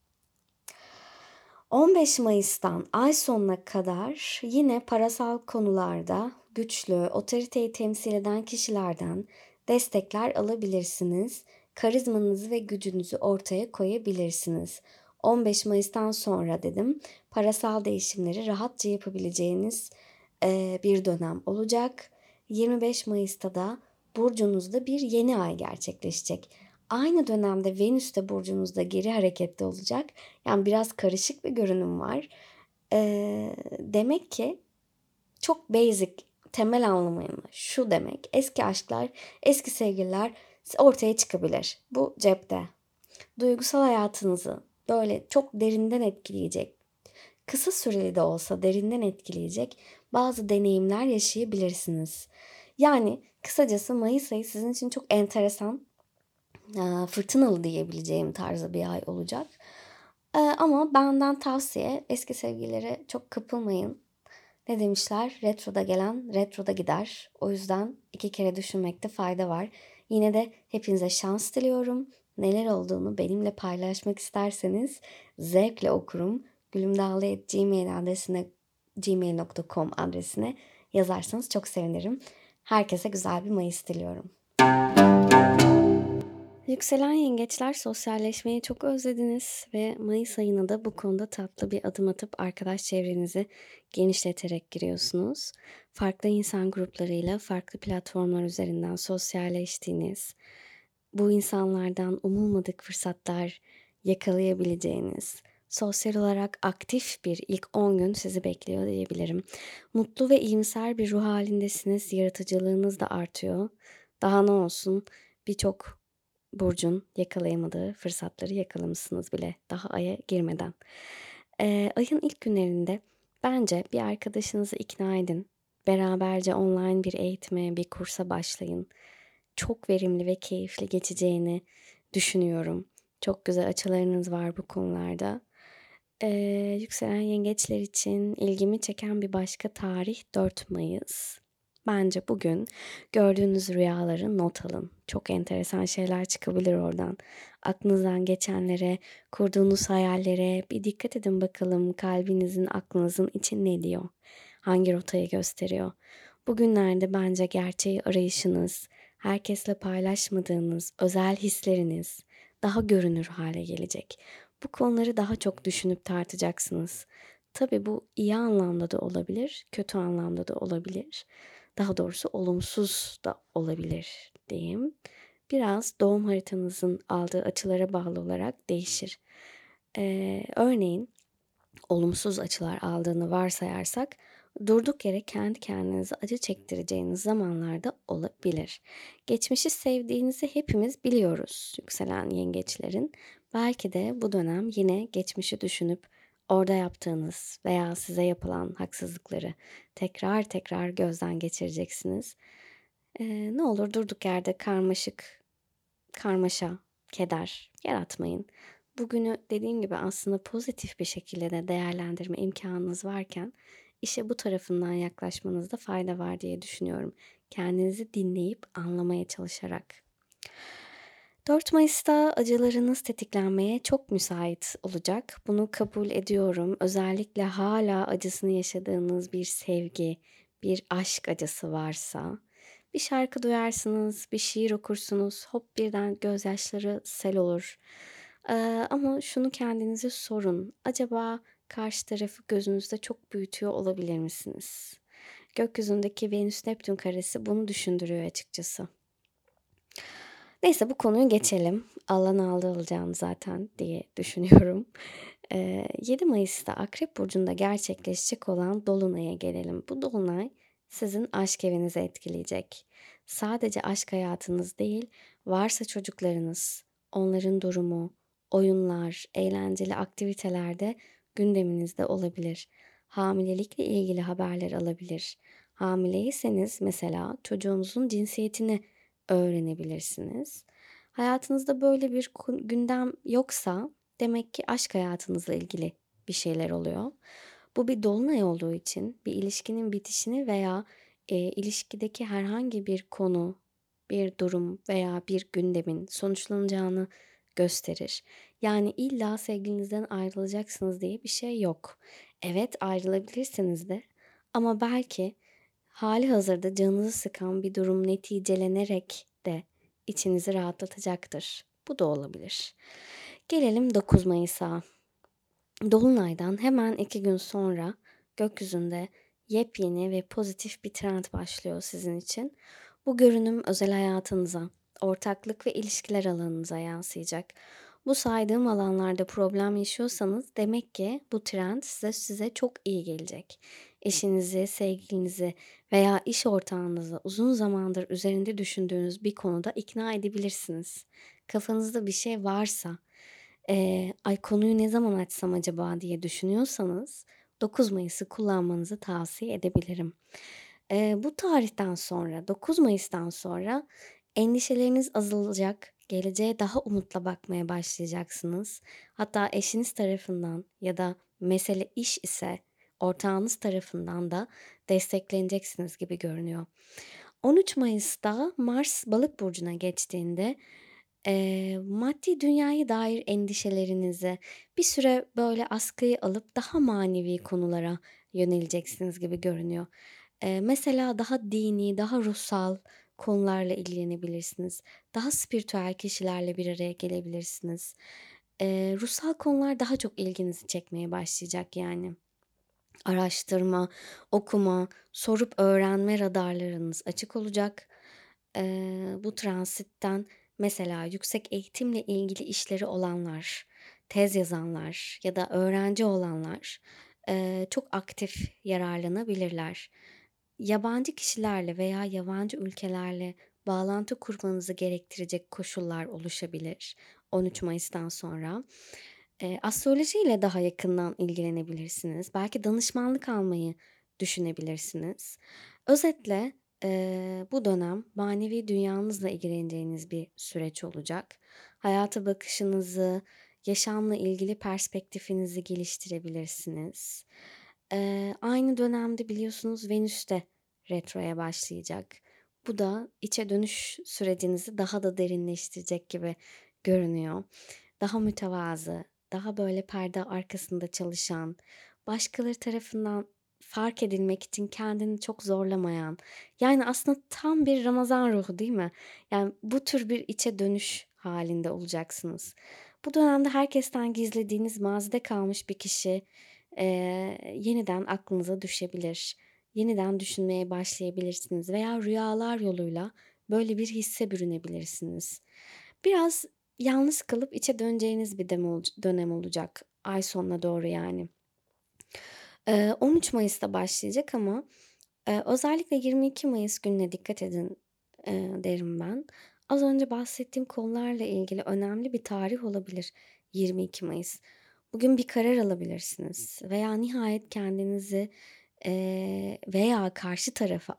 on beş Mayıs'tan ay sonuna kadar yine parasal konularda güçlü, otoriteyi temsil eden kişilerden destekler alabilirsiniz. Karizmanızı ve gücünüzü ortaya koyabilirsiniz. on beş Mayıs'tan sonra dedim, parasal değişimleri rahatça yapabileceğiniz e, bir dönem olacak. yirmi beş Mayıs'ta da burcunuzda bir yeni ay gerçekleşecek. Aynı dönemde Venüs de burcunuzda geri harekette olacak. Yani biraz karışık bir görünüm var. Ee, demek ki çok basic, temel anlamıyla şu demek. Eski aşklar, eski sevgililer ortaya çıkabilir. Bu cepte. Duygusal hayatınızı böyle çok derinden etkileyecek, kısa süreli de olsa derinden etkileyecek bazı deneyimler yaşayabilirsiniz. Yani kısacası Mayıs ayı sizin için çok enteresan, fırtınalı diyebileceğim tarzda bir ay olacak. Ama benden tavsiye, eski sevgililere çok kapılmayın. Ne demişler? Retroda gelen retroda gider. O yüzden iki kere düşünmekte fayda var. Yine de hepinize şans diliyorum. Neler olduğunu benimle paylaşmak isterseniz zevkle okurum. gülümdağlı at gmail adresine gmail nokta com adresine yazarsanız çok sevinirim. Herkese güzel bir Mayıs diliyorum. Yükselen yengeçler, sosyalleşmeyi çok özlediniz ve Mayıs ayına da bu konuda tatlı bir adım atıp arkadaş çevrenizi genişleterek giriyorsunuz. Farklı insan gruplarıyla farklı platformlar üzerinden sosyalleştiğiniz, bu insanlardan umulmadık fırsatlar yakalayabileceğiniz, sosyal olarak aktif bir ilk on gün sizi bekliyor diyebilirim. Mutlu ve iyimser bir ruh halindesiniz, yaratıcılığınız da artıyor. Daha ne olsun, birçok burcun yakalayamadığı fırsatları yakalamışsınız bile daha aya girmeden. Ee, ayın ilk günlerinde bence bir arkadaşınızı ikna edin. Beraberce online bir eğitime, bir kursa başlayın. Çok verimli ve keyifli geçeceğini düşünüyorum. Çok güzel açılarınız var bu konularda. Ee, yükselen yengeçler için ilgimi çeken bir başka tarih dört Mayıs. Bence bugün gördüğünüz rüyaları not alın. Çok enteresan şeyler çıkabilir oradan. Aklınızdan geçenlere, kurduğunuz hayallere bir dikkat edin bakalım, kalbinizin, aklınızın içi ne diyor? Hangi rotayı gösteriyor? Bugünlerde bence gerçeği arayışınız, herkesle paylaşmadığınız özel hisleriniz daha görünür hale gelecek. Bu konuları daha çok düşünüp tartacaksınız. Tabii bu iyi anlamda da olabilir, kötü anlamda da olabilir. Daha doğrusu olumsuz da olabilir diyeyim. Biraz doğum haritanızın aldığı açılara bağlı olarak değişir. Ee, örneğin olumsuz açılar aldığını varsayarsak durduk yere kendi kendinize acı çektireceğiniz zamanlarda olabilir. Geçmişi sevdiğinizi hepimiz biliyoruz yükselen yengeçlerin. Belki de bu dönem yine geçmişi düşünüp orada yaptığınız veya size yapılan haksızlıkları tekrar tekrar gözden geçireceksiniz. Ee, ne olur durduk yerde karmaşık, karmaşa, keder yaratmayın. bugünü dediğim gibi aslında pozitif bir şekilde de değerlendirme imkanınız varken işe bu tarafından yaklaşmanızda fayda var diye düşünüyorum. Kendinizi dinleyip anlamaya çalışarak. dört Mayıs'ta acılarınız tetiklenmeye çok müsait olacak. Bunu kabul ediyorum. Özellikle hala acısını yaşadığınız bir sevgi, bir aşk acısı varsa, bir şarkı duyarsınız, bir şiir okursunuz, hop birden gözyaşları sel olur. Ee, ama şunu kendinize sorun. Acaba karşı tarafı gözünüzde çok büyütüyor olabilir misiniz? Gökyüzündeki Venüs-Neptün karesi bunu düşündürüyor açıkçası. Neyse bu konuyu geçelim. Allah'ın aldığı alacağını zaten diye düşünüyorum. Ee, yedi Mayıs'ta Akrep Burcu'nda gerçekleşecek olan Dolunay'a gelelim. Bu Dolunay sizin aşk evinizi etkileyecek. Sadece aşk hayatınız değil, varsa çocuklarınız, onların durumu, oyunlar, eğlenceli aktiviteler de gündeminizde olabilir. Hamilelikle ilgili haberler alabilir. Hamileyseniz mesela çocuğunuzun cinsiyetini öğrenebilirsiniz. Hayatınızda böyle bir gündem yoksa demek ki aşk hayatınızla ilgili bir şeyler oluyor. Bu bir dolunay olduğu için bir ilişkinin bitişini veya e, ilişkideki herhangi bir konu, bir durum veya bir gündemin sonuçlanacağını gösterir. Yani illa sevgilinizden ayrılacaksınız diye bir şey yok. Evet ayrılabilirsiniz de ama belki hali hazırda canınızı sıkan bir durum neticelenerek de içinizi rahatlatacaktır. Bu da olabilir. Gelelim dokuz Mayıs'a. Dolunay'dan hemen iki gün sonra gökyüzünde yepyeni ve pozitif bir trend başlıyor sizin için. Bu görünüm özel hayatınıza, ortaklık ve ilişkiler alanınıza yansıyacak. Bu saydığım alanlarda problem yaşıyorsanız demek ki bu trend size size çok iyi gelecek. Eşinizi, sevgilinizi veya iş ortağınızı uzun zamandır üzerinde düşündüğünüz bir konuda ikna edebilirsiniz. Kafanızda bir şey varsa, eee, ay konuyu ne zaman açsam acaba diye düşünüyorsanız dokuz Mayıs'ı kullanmanızı tavsiye edebilirim. Eee, bu tarihten sonra, dokuz Mayıs'tan sonra endişeleriniz azalacak, geleceğe daha umutla bakmaya başlayacaksınız. Hatta eşiniz tarafından ya da mesele iş ise ortağınız tarafından da destekleneceksiniz gibi görünüyor. on üç Mayıs'ta Mars Balık burcuna geçtiğinde eee, maddi dünyaya dair endişelerinizi bir süre böyle askıya alıp daha manevi konulara yöneleceksiniz gibi görünüyor. Eee, mesela daha dini, daha ruhsal konularla ilgilenebilirsiniz. Daha spiritüel kişilerle bir araya gelebilirsiniz. Eee, ruhsal konular daha çok ilginizi çekmeye başlayacak yani. Araştırma, okuma, sorup öğrenme radarlarınız açık olacak. Eee, bu transitten mesela yüksek eğitimle ilgili işleri olanlar, tez yazanlar ya da öğrenci olanlar eee, çok aktif yararlanabilirler. Yabancı kişilerle veya yabancı ülkelerle bağlantı kurmanızı gerektirecek koşullar oluşabilir on üç Mayıs'tan sonra. Eee, astrolojiyle daha yakından ilgilenebilirsiniz. Belki danışmanlık almayı düşünebilirsiniz. Özetle eee, bu dönem manevi dünyanızla ilgileneceğiniz bir süreç olacak. Hayata bakışınızı, yaşamla ilgili perspektifinizi geliştirebilirsiniz. Eee, aynı dönemde biliyorsunuz Venüs de retroya başlayacak. Bu da içe dönüş sürecinizi daha da derinleştirecek gibi görünüyor. Daha mütevazı, daha böyle perde arkasında çalışan, başkaları tarafından fark edilmek için kendini çok zorlamayan, yani aslında tam bir Ramazan ruhu değil mi? Yani bu tür bir içe dönüş halinde olacaksınız. Bu dönemde herkesten gizlediğiniz mazide kalmış bir kişi eee, yeniden aklınıza düşebilir. Yeniden düşünmeye başlayabilirsiniz veya rüyalar yoluyla böyle bir hisse bürünebilirsiniz. Biraz yalnız kalıp içe döneceğiniz bir dönem olacak ay sonuna doğru yani. Eee, on üç Mayıs'ta başlayacak ama eee, özellikle yirmi iki Mayıs gününe dikkat edin eee, derim ben. Az önce bahsettiğim konularla ilgili önemli bir tarih olabilir yirmi iki Mayıs. Bugün bir karar alabilirsiniz veya nihayet kendinizi eee, veya karşı tarafı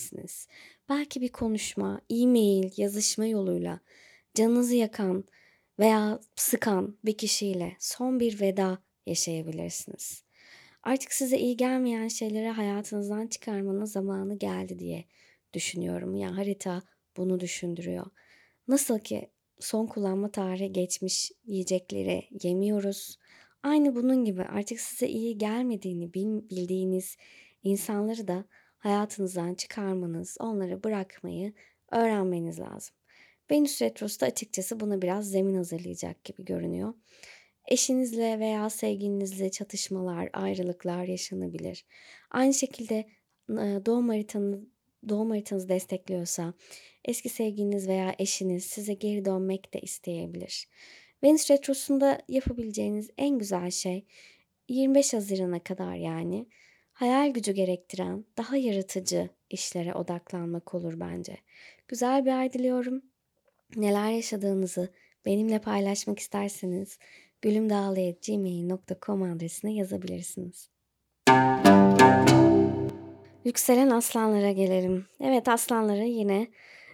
affedebilirsiniz. Belki bir konuşma, e-mail, yazışma yoluyla canınızı yakan, veya sıkan bir kişiyle son bir veda yaşayabilirsiniz. Artık size iyi gelmeyen şeyleri hayatınızdan çıkarmanın zamanı geldi diye düşünüyorum. Ya harita bunu düşündürüyor. Nasıl ki son kullanma tarihi geçmiş yiyecekleri yemiyoruz. Aynı bunun gibi artık size iyi gelmediğini bildiğiniz insanları da hayatınızdan çıkarmanız, onları bırakmayı öğrenmeniz lazım. Venüs Retrosu da açıkçası buna biraz zemin hazırlayacak gibi görünüyor. Eşinizle veya sevgilinizle çatışmalar, ayrılıklar yaşanabilir. Aynı şekilde e, doğum haritanız, doğum haritanızı destekliyorsa eski sevgiliniz veya eşiniz size geri dönmek de isteyebilir. Venüs Retrosu'nda yapabileceğiniz en güzel şey yirmi beş Haziran'a kadar yani hayal gücü gerektiren daha yaratıcı işlere odaklanmak olur bence. Güzel bir ay diliyorum. Neler yaşadığınızı benimle paylaşmak isterseniz gülümdağlı at gmail nokta com adresine yazabilirsiniz. Yükselen aslanlara gelelim. Evet, aslanlara yine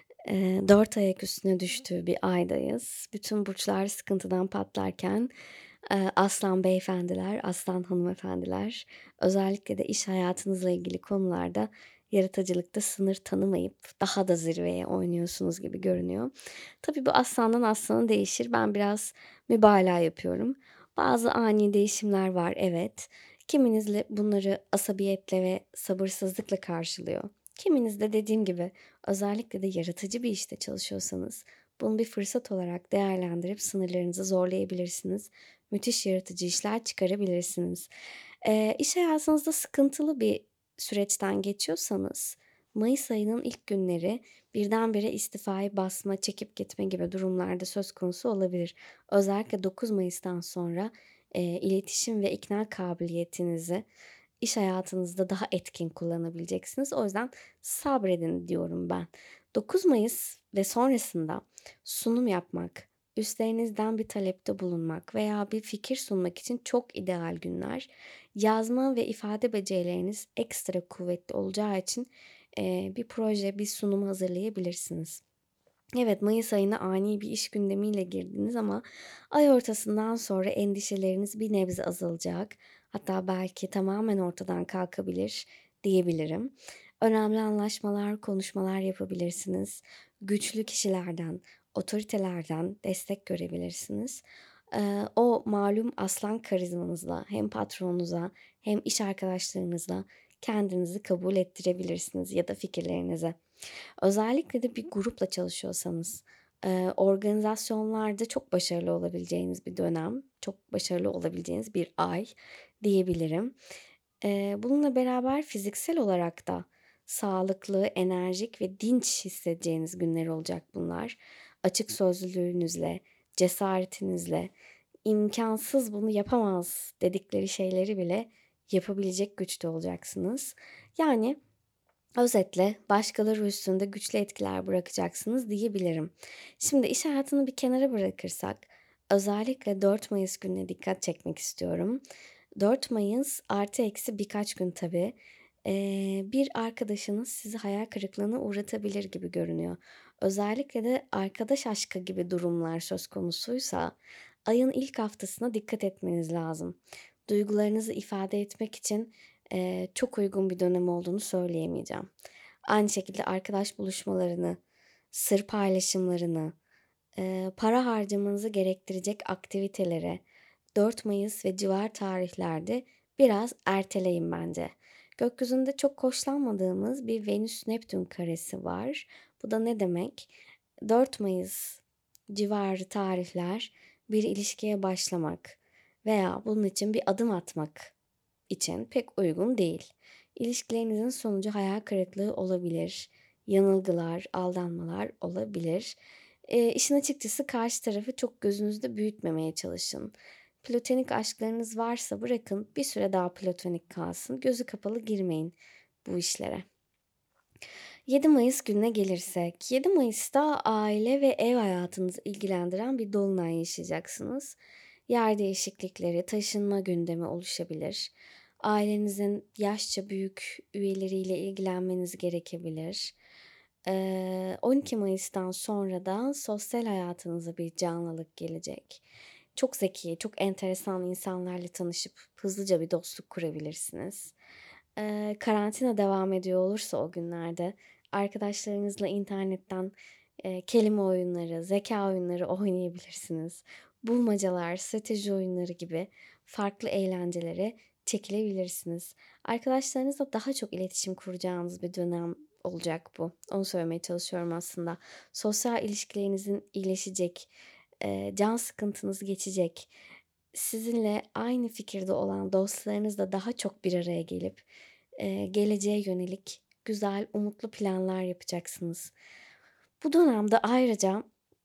e, dört ayak üstüne düştüğü bir aydayız. Bütün burçlar sıkıntıdan patlarken e, aslan beyefendiler, aslan hanımefendiler özellikle de iş hayatınızla ilgili konularda yaratıcılıkta sınır tanımayıp daha da zirveye oynuyorsunuz gibi görünüyor. Tabii bu aslandan aslana değişir. Ben biraz mübalağa yapıyorum. Bazı ani değişimler var, evet. Kiminiz bunları asabiyetle ve sabırsızlıkla karşılıyor. Kiminiz de dediğim gibi özellikle de yaratıcı bir işte çalışıyorsanız bunu bir fırsat olarak değerlendirip sınırlarınızı zorlayabilirsiniz. Müthiş yaratıcı işler çıkarabilirsiniz. Ee, iş hayatınızda sıkıntılı bir süreçten geçiyorsanız Mayıs ayının ilk günleri birdenbire istifayı basma, çekip gitme gibi durumlarda söz konusu olabilir. Özellikle dokuz Mayıs'tan sonra e, iletişim ve ikna kabiliyetinizi iş hayatınızda daha etkin kullanabileceksiniz. O yüzden sabredin diyorum ben. dokuz Mayıs ve sonrasında sunum yapmak, üstlerinizden bir talepte bulunmak veya bir fikir sunmak için çok ideal günler. Yazma ve ifade becerileriniz ekstra kuvvetli olacağı için e, bir proje, bir sunum hazırlayabilirsiniz. Evet, Mayıs ayına ani bir iş gündemiyle girdiniz ama ay ortasından sonra endişeleriniz bir nebze azalacak. Hatta belki tamamen ortadan kalkabilir diyebilirim. Önemli anlaşmalar, konuşmalar yapabilirsiniz. Güçlü kişilerden, otoritelerden destek görebilirsiniz. Ee, o malum aslan karizmanızla hem patronunuza hem iş arkadaşlarınızla kendinizi kabul ettirebilirsiniz ya da fikirlerinize. Özellikle de bir grupla çalışıyorsanız, eee, organizasyonlarda çok başarılı olabileceğiniz bir dönem, çok başarılı olabileceğiniz bir ay diyebilirim. Eee, bununla beraber fiziksel olarak da sağlıklı, enerjik ve dinç hissedeceğiniz günler olacak bunlar. Açık sözlülüğünüzle, cesaretinizle, imkansız bunu yapamaz dedikleri şeyleri bile yapabilecek güçte olacaksınız. Yani özetle başkaları üstünde güçlü etkiler bırakacaksınız diyebilirim. Şimdi iş hayatını bir kenara bırakırsak özellikle dört Mayıs gününe dikkat çekmek istiyorum. dört Mayıs artı eksi birkaç gün tabii. Ee, bir arkadaşınız sizi hayal kırıklığına uğratabilir gibi görünüyor. Özellikle de arkadaş aşkı gibi durumlar söz konusuysa ayın ilk haftasına dikkat etmeniz lazım. Duygularınızı ifade etmek için Eee, çok uygun bir dönem olduğunu söyleyemeyeceğim. Aynı şekilde arkadaş buluşmalarını, sır paylaşımlarını, eee, para harcamanızı gerektirecek aktivitelere dört Mayıs ve civar tarihlerde biraz erteleyin bence. Gökyüzünde çok hoşlanmadığımız bir Venüs-Neptün karesi var. Bu da ne demek? dört Mayıs civarı tarihler bir ilişkiye başlamak veya bunun için bir adım atmak için pek uygun değil. İlişkilerinizin sonucu hayal kırıklığı olabilir, yanılgılar, aldanmalar olabilir. E, işin açıkçası karşı tarafı çok gözünüzde büyütmemeye çalışın. Platonik aşklarınız varsa bırakın bir süre daha platonik kalsın. Gözü kapalı girmeyin bu işlere. yedi Mayıs gününe gelirsek, yedi Mayıs'ta aile ve ev hayatınızı ilgilendiren bir dolunay yaşayacaksınız. Yer değişiklikleri, taşınma gündemi oluşabilir. Ailenizin yaşça büyük üyeleriyle ilgilenmeniz gerekebilir. Eee, on iki Mayıs'tan sonra da sosyal hayatınıza bir canlılık gelecek. Çok zeki, çok enteresan insanlarla tanışıp hızlıca bir dostluk kurabilirsiniz. Eee, karantina devam ediyor olursa o günlerde arkadaşlarınızla internetten eee, kelime oyunları, zeka oyunları oynayabilirsiniz. Bulmacalar, strateji oyunları gibi farklı eğlencelere çekilebilirsiniz. Arkadaşlarınızla daha çok iletişim kuracağınız bir dönem olacak bu. Onu söylemeye çalışıyorum aslında. Sosyal ilişkilerinizin iyileşecek, eee, can sıkıntınız geçecek. Sizinle aynı fikirde olan dostlarınızla daha çok bir araya gelip eee, geleceğe yönelik güzel, umutlu planlar yapacaksınız. Bu dönemde ayrıca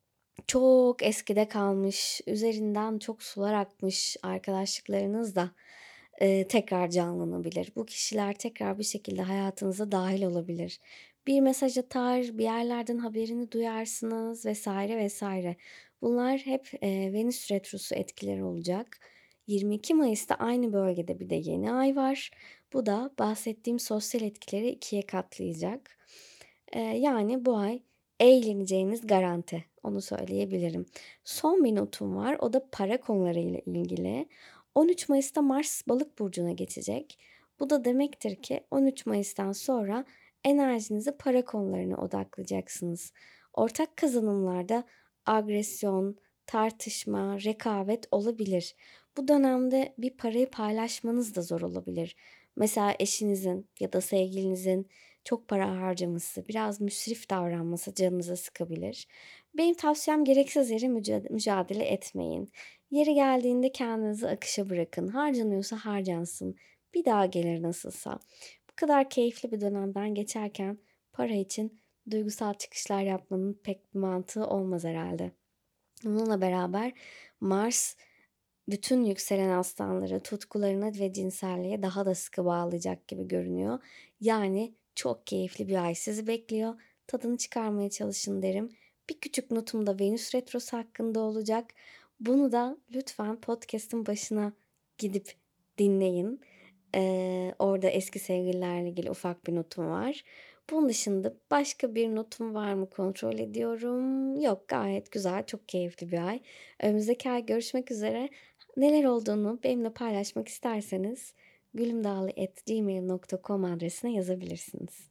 çok eskide kalmış, üzerinden çok sular akmış arkadaşlıklarınız da eee, tekrar canlanabilir. Bu kişiler tekrar bir şekilde hayatınıza dahil olabilir. Bir mesaj atar, bir yerlerden haberini duyarsınız vesaire vesaire. Bunlar hep eee, Venüs retrosu etkileri olacak. yirmi iki Mayıs'ta aynı bölgede bir de yeni ay var. Bu da bahsettiğim sosyal etkileri ikiye katlayacak. Eee, yani bu ay eğleneceğiniz garanti. Onu söyleyebilirim. Son bir notum var. O da para konularıyla ilgili. on üç Mayıs'ta Mars Balık burcuna geçecek. Bu da demektir ki on üç Mayıs'tan sonra enerjinizi para konularına odaklayacaksınız. Ortak kazanımlarda agresyon, tartışma, rekabet olabilir. Bu dönemde bir parayı paylaşmanız da zor olabilir. Mesela eşinizin ya da sevgilinizin çok para harcaması, biraz müsrif davranması canınıza sıkabilir. Benim tavsiyem gereksiz yere mücadele, mücadele etmeyin. Yeri geldiğinde kendinizi akışa bırakın. Harcanıyorsa harcansın. Bir daha gelir nasılsa. Bu kadar keyifli bir dönemden geçerken para için duygusal çıkışlar yapmanın pek bir mantığı olmaz herhalde. Bununla beraber Mars bütün yükselen aslanları tutkularına ve cinselliğe daha da sıkı bağlayacak gibi görünüyor. Yani çok keyifli bir ay sizi bekliyor. Tadını çıkarmaya çalışın derim. Bir küçük notum da Venüs Retrosu hakkında olacak. Bunu da lütfen podcast'ın başına gidip dinleyin. Ee, orada eski sevgililerle ilgili ufak bir notum var. Bunun dışında başka bir notum var mı kontrol ediyorum. Yok, gayet güzel, çok keyifli bir ay. Önümüzdeki ay görüşmek üzere. Neler olduğunu benimle paylaşmak isterseniz gülümdağlı at gmail nokta com adresine yazabilirsiniz.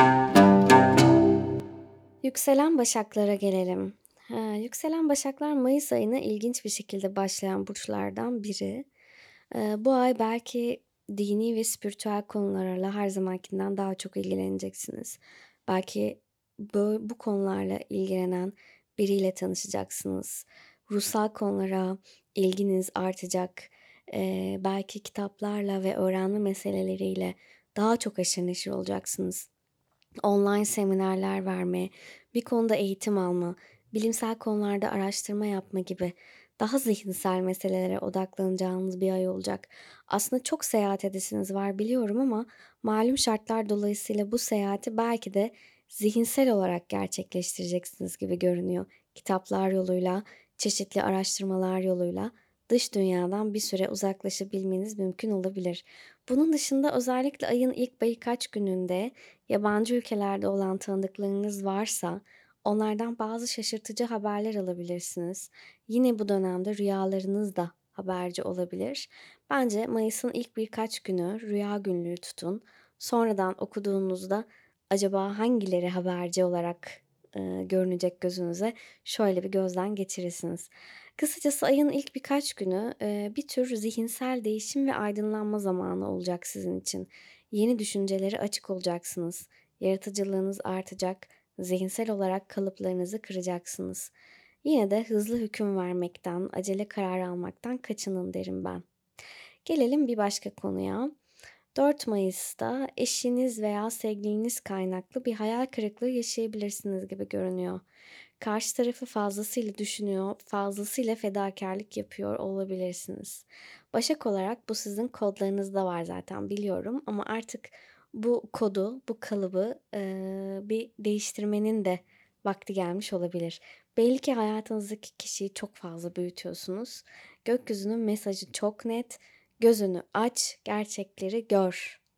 Yükselen Başaklara gelelim. Ha, yükselen Başaklar Mayıs ayına ilginç bir şekilde başlayan burçlardan biri. Ee, bu ay belki dini ve spiritüel konularla her zamankinden daha çok ilgileneceksiniz. Belki bu, bu konularla ilgilenen biriyle tanışacaksınız. Ruhsal konulara ilginiz artacak. Ee, belki kitaplarla ve öğrenme meseleleriyle daha çok aşırı neşir olacaksınız. Online seminerler verme, bir konuda eğitim alma, bilimsel konularda araştırma yapma gibi daha zihinsel meselelere odaklanacağınız bir ay olacak. Aslında çok seyahat edesiniz var biliyorum ama malum şartlar dolayısıyla bu seyahati belki de zihinsel olarak gerçekleştireceksiniz gibi görünüyor. Kitaplar yoluyla, çeşitli araştırmalar yoluyla dış dünyadan bir süre uzaklaşabilmeniz mümkün olabilir. Bunun dışında özellikle ayın ilk birkaç gününde yabancı ülkelerde olan tanıdıklarınız varsa onlardan bazı şaşırtıcı haberler alabilirsiniz. Yine bu dönemde rüyalarınız da haberci olabilir. Bence Mayıs'ın ilk birkaç günü rüya günlüğü tutun. Sonradan okuduğunuzda acaba hangileri haberci olarak e, görünecek gözünüze şöyle bir gözden geçirirsiniz. Kısacası ayın ilk birkaç günü e, bir tür zihinsel değişim ve aydınlanma zamanı olacak sizin için. Yeni düşüncelere açık olacaksınız. Yaratıcılığınız artacak, zihinsel olarak kalıplarınızı kıracaksınız. Yine de hızlı hüküm vermekten, acele karar almaktan kaçının derim ben. Gelelim bir başka konuya. dört Mayıs'ta eşiniz veya sevgiliniz kaynaklı bir hayal kırıklığı yaşayabilirsiniz gibi görünüyor. Karşı tarafı fazlasıyla düşünüyor, fazlasıyla fedakarlık yapıyor olabilirsiniz. Başak olarak bu sizin kodlarınızda var zaten biliyorum ama artık bu kodu, bu kalıbı eee, bir değiştirmenin de vakti gelmiş olabilir. Belli ki hayatınızdaki kişiyi çok fazla büyütüyorsunuz. Gökyüzünün mesajı çok net. Gözünü aç, gerçekleri gör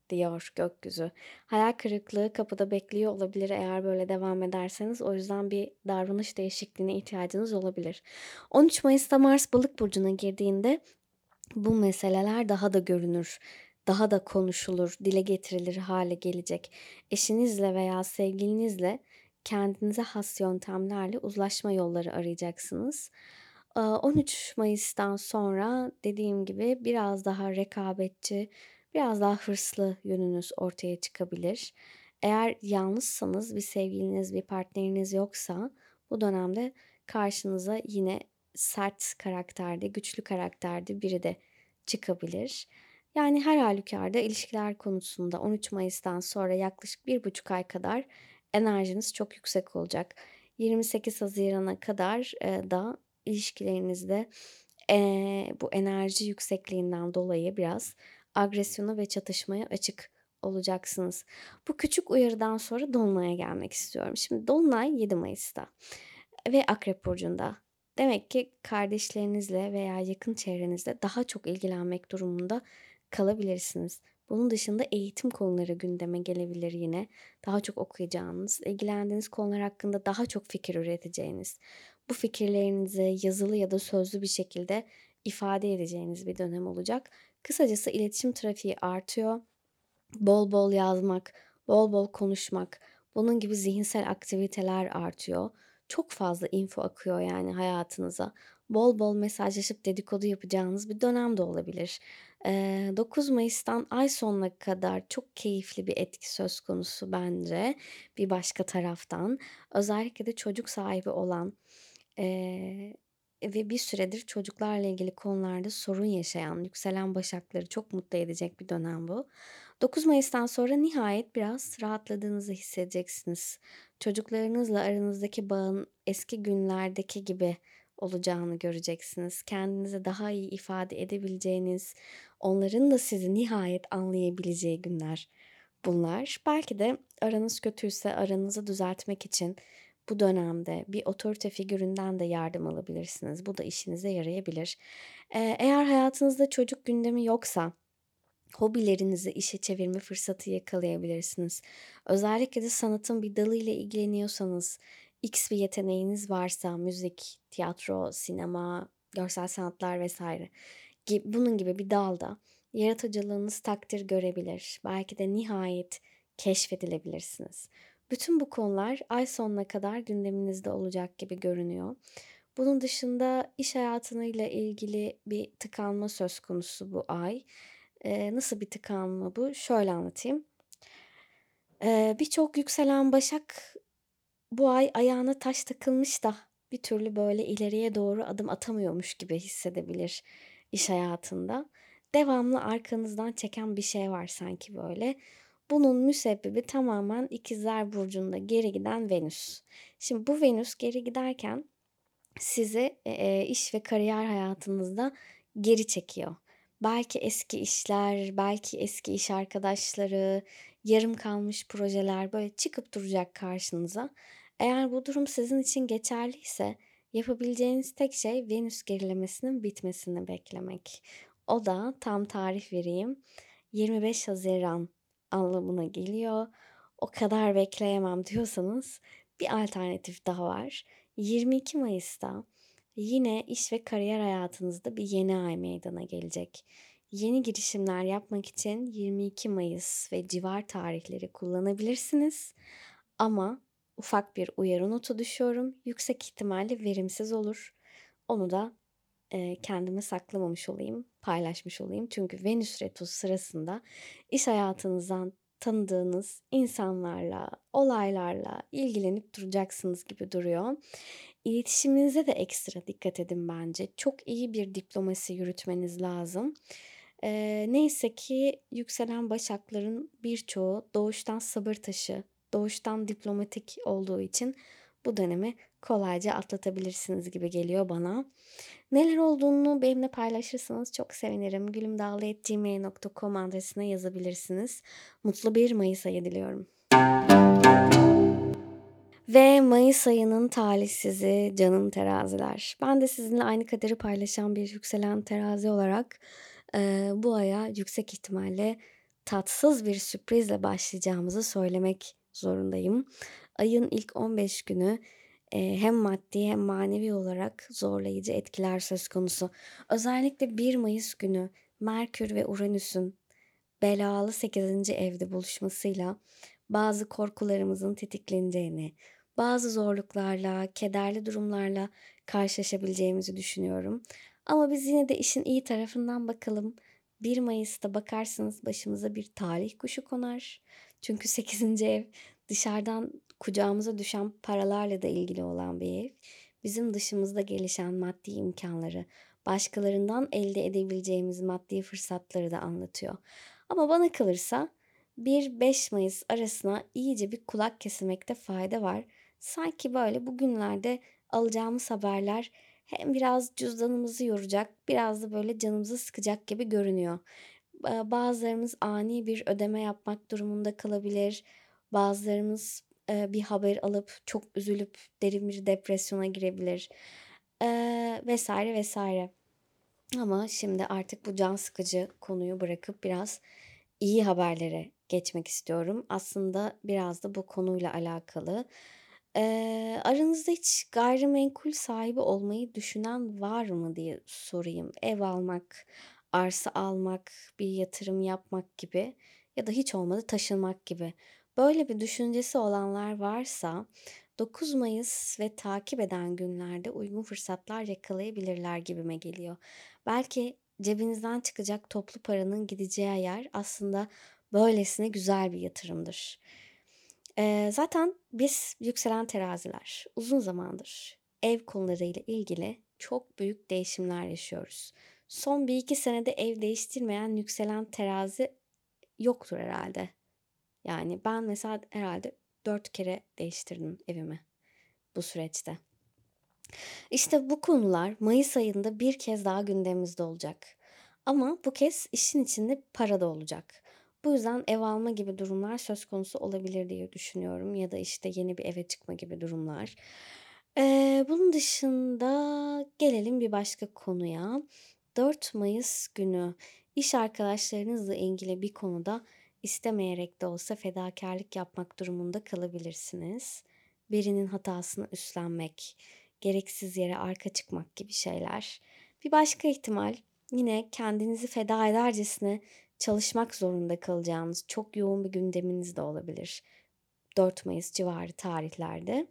diyor gökyüzü. Hayal kırıklığı kapıda bekliyor olabilir eğer böyle devam ederseniz. O yüzden bir davranış değişikliğine ihtiyacınız olabilir. on üç Mayıs'ta Mars Balık burcuna girdiğinde bu meseleler daha da görünür, daha da konuşulur, dile getirilir hale gelecek. Eşinizle veya sevgilinizle kendinize has yöntemlerle uzlaşma yolları arayacaksınız. on üç Mayıs'tan sonra dediğim gibi biraz daha rekabetçi, biraz daha hırslı yönünüz ortaya çıkabilir. Eğer yalnızsanız, bir sevgiliniz, bir partneriniz yoksa bu dönemde karşınıza yine sert karakterde, güçlü karakterde biri de çıkabilir. Yani her halükarda ilişkiler konusunda on üç Mayıs'tan sonra yaklaşık bir buçuk ay kadar enerjiniz çok yüksek olacak. yirmi sekiz Haziran'a kadar e, da ilişkilerinizde e, bu enerji yüksekliğinden dolayı biraz agresyona ve çatışmaya açık olacaksınız. Bu küçük uyarıdan sonra Dolunay'a gelmek istiyorum. Şimdi Dolunay yedi Mayıs'ta ve Akrep Burcu'nda. Demek ki kardeşlerinizle veya yakın çevrenizle daha çok ilgilenmek durumunda kalabilirsiniz. Bunun dışında eğitim konuları gündeme gelebilir yine. Daha çok okuyacağınız, ilgilendiğiniz konular hakkında daha çok fikir üreteceğiniz, bu fikirlerinizi yazılı ya da sözlü bir şekilde ifade edeceğiniz bir dönem olacak. Kısacası iletişim trafiği artıyor. Bol bol yazmak, bol bol konuşmak, bunun gibi zihinsel aktiviteler artıyor. Çok fazla info akıyor yani hayatınıza. Bol bol mesajlaşıp dedikodu yapacağınız bir dönem de olabilir. Ee, dokuz Mayıs'tan ay sonuna kadar çok keyifli bir etki söz konusu bence bir başka taraftan. Özellikle de çocuk sahibi olan ee, ve bir süredir çocuklarla ilgili konularda sorun yaşayan yükselen başakları çok mutlu edecek bir dönem bu. dokuz Mayıs'tan sonra nihayet biraz rahatladığınızı hissedeceksiniz. Çocuklarınızla aranızdaki bağın eski günlerdeki gibi olacağını göreceksiniz. Kendinizi daha iyi ifade edebileceğiniz, onların da sizi nihayet anlayabileceği günler bunlar. Belki de aranız kötüyse aranızı düzeltmek için bu dönemde bir otorite figüründen de yardım alabilirsiniz. Bu da işinize yarayabilir. Ee, eğer hayatınızda çocuk gündemi yoksa hobilerinizi işe çevirme fırsatı yakalayabilirsiniz. Özellikle de sanatın bir dalıyla ilgileniyorsanız, X bir yeteneğiniz varsa, müzik, tiyatro, sinema, görsel sanatlar vesaire, bunun gibi bir dalda yaratıcılığınız takdir görebilir. Belki de nihayet keşfedilebilirsiniz. Bütün bu konular ay sonuna kadar gündeminizde olacak gibi görünüyor. Bunun dışında iş hayatıyla ilgili bir tıkanma söz konusu bu ay. Ee, nasıl bir tıkanma bu? Şöyle anlatayım. Ee, birçok yükselen başak bu ay ayağına taş takılmış da bir türlü böyle ileriye doğru adım atamıyormuş gibi hissedebilir iş hayatında. Devamlı arkanızdan çeken bir şey var sanki böyle. Bunun müsebbibi tamamen İkizler Burcu'nda geri giden Venüs. Şimdi bu Venüs geri giderken sizi e, iş ve kariyer hayatınızda geri çekiyor. Belki eski işler, belki eski iş arkadaşları, yarım kalmış projeler böyle çıkıp duracak karşınıza. Eğer bu durum sizin için geçerliyse yapabileceğiniz tek şey Venüs gerilemesinin bitmesini beklemek. O da tam tarih vereyim. yirmi beş Haziran anlamına geliyor. O kadar bekleyemem diyorsanız bir alternatif daha var. yirmi iki Mayıs'ta yine iş ve kariyer hayatınızda bir yeni ay meydana gelecek. Yeni girişimler yapmak için yirmi iki Mayıs ve civar tarihleri kullanabilirsiniz. Ama ufak bir uyarı notu düşüyorum. Yüksek ihtimalle verimsiz olur. Onu da e, kendime saklamamış olayım, paylaşmış olayım. Çünkü Venüs retrosu sırasında iş hayatınızdan tanıdığınız insanlarla, olaylarla ilgilenip duracaksınız gibi duruyor. İletişiminize de ekstra dikkat edin bence. Çok iyi bir diplomasi yürütmeniz lazım. Ee, neyse ki yükselen başakların birçoğu doğuştan sabır taşı, doğuştan diplomatik olduğu için bu dönemi kolayca atlatabilirsiniz gibi geliyor bana. Neler olduğunu benimle paylaşırsanız çok sevinirim. gülümdağlı at gmail nokta com adresine yazabilirsiniz. Mutlu bir Mayıs ayı diliyorum. Ve Mayıs ayının talihsizi canım teraziler. Ben de sizinle aynı kaderi paylaşan bir yükselen terazi olarak e, bu aya yüksek ihtimalle tatsız bir sürprizle başlayacağımızı söylemek zorundayım. Ayın ilk on beş günü e, hem maddi hem manevi olarak zorlayıcı etkiler söz konusu. Özellikle bir Mayıs günü Merkür ve Uranüs'ün belalı sekizinci evde buluşmasıyla bazı korkularımızın tetikleneceğini, bazı zorluklarla, kederli durumlarla karşılaşabileceğimizi düşünüyorum. Ama biz yine de işin iyi tarafından bakalım. bir Mayıs'ta bakarsınız başımıza bir talih kuşu konar. Çünkü sekizinci ev dışarıdan kucağımıza düşen paralarla da ilgili olan bir ev. Bizim dışımızda gelişen maddi imkanları, başkalarından elde edebileceğimiz maddi fırsatları da anlatıyor. Ama bana kalırsa bir beş Mayıs arasına iyice bir kulak kesilmekte fayda var. Sanki böyle bugünlerde alacağımız haberler hem biraz cüzdanımızı yoracak, biraz da böyle canımızı sıkacak gibi görünüyor. Bazılarımız ani bir ödeme yapmak durumunda kalabilir. Bazılarımız e, bir haber alıp çok üzülüp derin bir depresyona girebilir. Ee, vesaire vesaire. Ama şimdi artık bu can sıkıcı konuyu bırakıp biraz iyi haberlere geçmek istiyorum. Aslında biraz da bu konuyla alakalı. Ee, aranızda hiç gayrimenkul sahibi olmayı düşünen var mı diye sorayım. Ev almak, arsa almak, bir yatırım yapmak gibi ya da hiç olmadı taşınmak gibi. Böyle bir düşüncesi olanlar varsa dokuz Mayıs ve takip eden günlerde uygun fırsatlar yakalayabilirler gibime geliyor. Belki cebinizden çıkacak toplu paranın gideceği yer aslında böylesine güzel bir yatırımdır. Ee, zaten biz yükselen teraziler uzun zamandır ev konularıyla ilgili çok büyük değişimler yaşıyoruz. Son bir iki senede ev değiştirmeyen yükselen terazi yoktur herhalde. Yani ben mesela herhalde dört kere değiştirdim evimi bu süreçte. İşte bu konular Mayıs ayında bir kez daha gündemimizde olacak. Ama bu kez işin içinde para da olacak. Bu yüzden ev alma gibi durumlar söz konusu olabilir diye düşünüyorum. Ya da işte yeni bir eve çıkma gibi durumlar. Ee, bunun dışında gelelim bir başka konuya. dört Mayıs günü iş arkadaşlarınızla ilgili bir konuda istemeyerek de olsa fedakarlık yapmak durumunda kalabilirsiniz. Birinin hatasını üstlenmek, gereksiz yere arka çıkmak gibi şeyler. Bir başka ihtimal yine kendinizi feda edercesine çalışmak zorunda kalacağınız çok yoğun bir gündeminiz de olabilir. dört Mayıs civarı tarihlerde.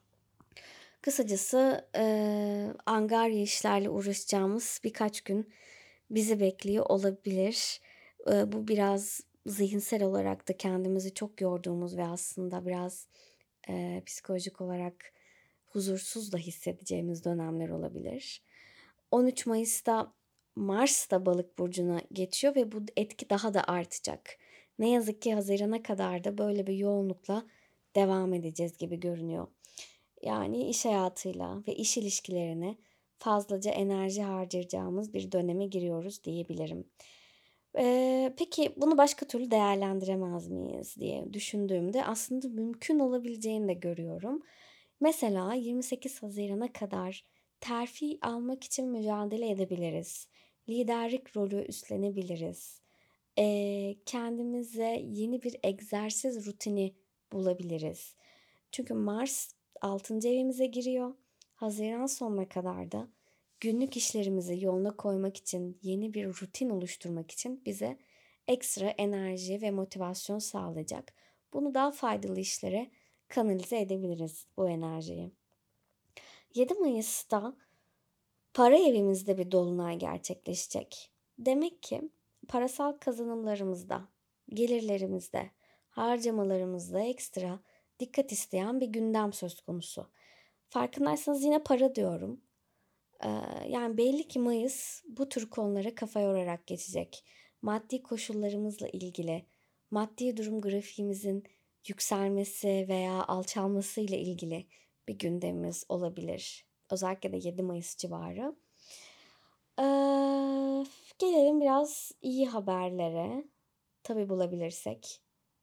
Kısacası e, angarya işlerle uğraşacağımız birkaç gün bizi bekliyor olabilir. E, bu biraz zihinsel olarak da kendimizi çok yorduğumuz ve aslında biraz e, psikolojik olarak huzursuz da hissedeceğimiz dönemler olabilir. on üç Mayıs'ta Mars da Balık burcuna geçiyor ve bu etki daha da artacak. Ne yazık ki Haziran'a kadar da böyle bir yoğunlukla devam edeceğiz gibi görünüyor. Yani iş hayatıyla ve iş ilişkilerine fazlaca enerji harcayacağımız bir döneme giriyoruz diyebilirim. Ee, peki bunu başka türlü değerlendiremez miyiz diye düşündüğümde aslında mümkün olabileceğini de görüyorum. Mesela yirmi sekiz Haziran'a kadar terfi almak için mücadele edebiliriz. Liderlik rolü üstlenebiliriz. Ee, kendimize yeni bir egzersiz rutini bulabiliriz. Çünkü Mars altıncı evimize giriyor. Haziran sonuna kadar da günlük işlerimizi yoluna koymak için, yeni bir rutin oluşturmak için bize ekstra enerji ve motivasyon sağlayacak. Bunu daha faydalı işlere kanalize edebiliriz bu enerjiyi. yedi Mayıs'ta para evimizde bir dolunay gerçekleşecek. Demek ki parasal kazanımlarımızda, gelirlerimizde, harcamalarımızda ekstra dikkat isteyen bir gündem söz konusu. Farkındaysanız yine para diyorum. Ee, yani belli ki Mayıs bu tür konulara kafa yorarak geçecek. Maddi koşullarımızla ilgili, maddi durum grafiğimizin yükselmesi veya alçalması ile ilgili bir gündemimiz olabilir. Özellikle de yedi Mayıs civarı. Ee, gelelim biraz iyi haberlere. Tabii bulabilirsek.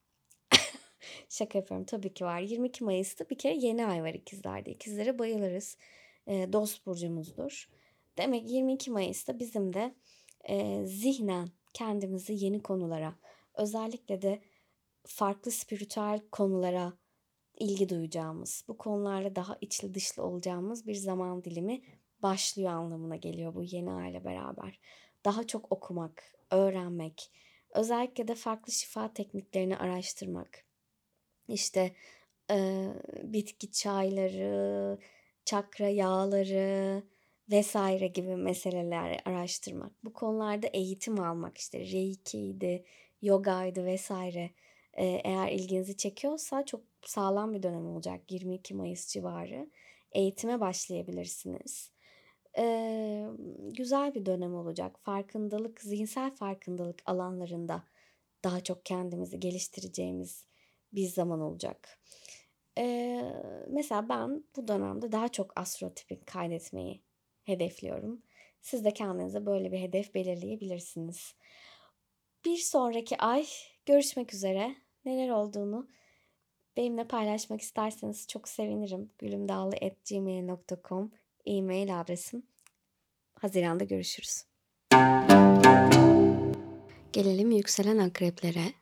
Şaka yapıyorum, tabii ki var. yirmi iki Mayıs'ta bir kere yeni ay var ikizlerde. İkizlere bayılırız. E, dost burcumuzdur. Demek yirmi iki Mayıs'ta bizim de e, zihnen kendimizi yeni konulara, özellikle de farklı spiritüel konulara ilgi duyacağımız, bu konularla daha içli dışlı olacağımız bir zaman dilimi başlıyor anlamına geliyor bu yeni ayla beraber. Daha çok okumak, öğrenmek, özellikle de farklı şifa tekniklerini araştırmak. İşte e, bitki çayları, çakra yağları vesaire gibi meseleler araştırmak. Bu konularda eğitim almak, işte Reiki'ydi, yogaydı vesaire. E, eğer ilginizi çekiyorsa çok sağlam bir dönem olacak, yirmi iki Mayıs civarı. Eğitime başlayabilirsiniz. E, Güzel bir dönem olacak. Farkındalık, zihinsel farkındalık alanlarında daha çok kendimizi geliştireceğimiz bir zaman olacak. Ee, Mesela ben bu dönemde daha çok astrotipik kaydetmeyi hedefliyorum. Siz de kendinize böyle bir hedef belirleyebilirsiniz. Bir sonraki ay görüşmek üzere. Neler olduğunu benimle paylaşmak isterseniz çok sevinirim. gülümdağlı at gmail nokta com e-mail adresim. Haziran'da görüşürüz. Gelelim yükselen akreplere.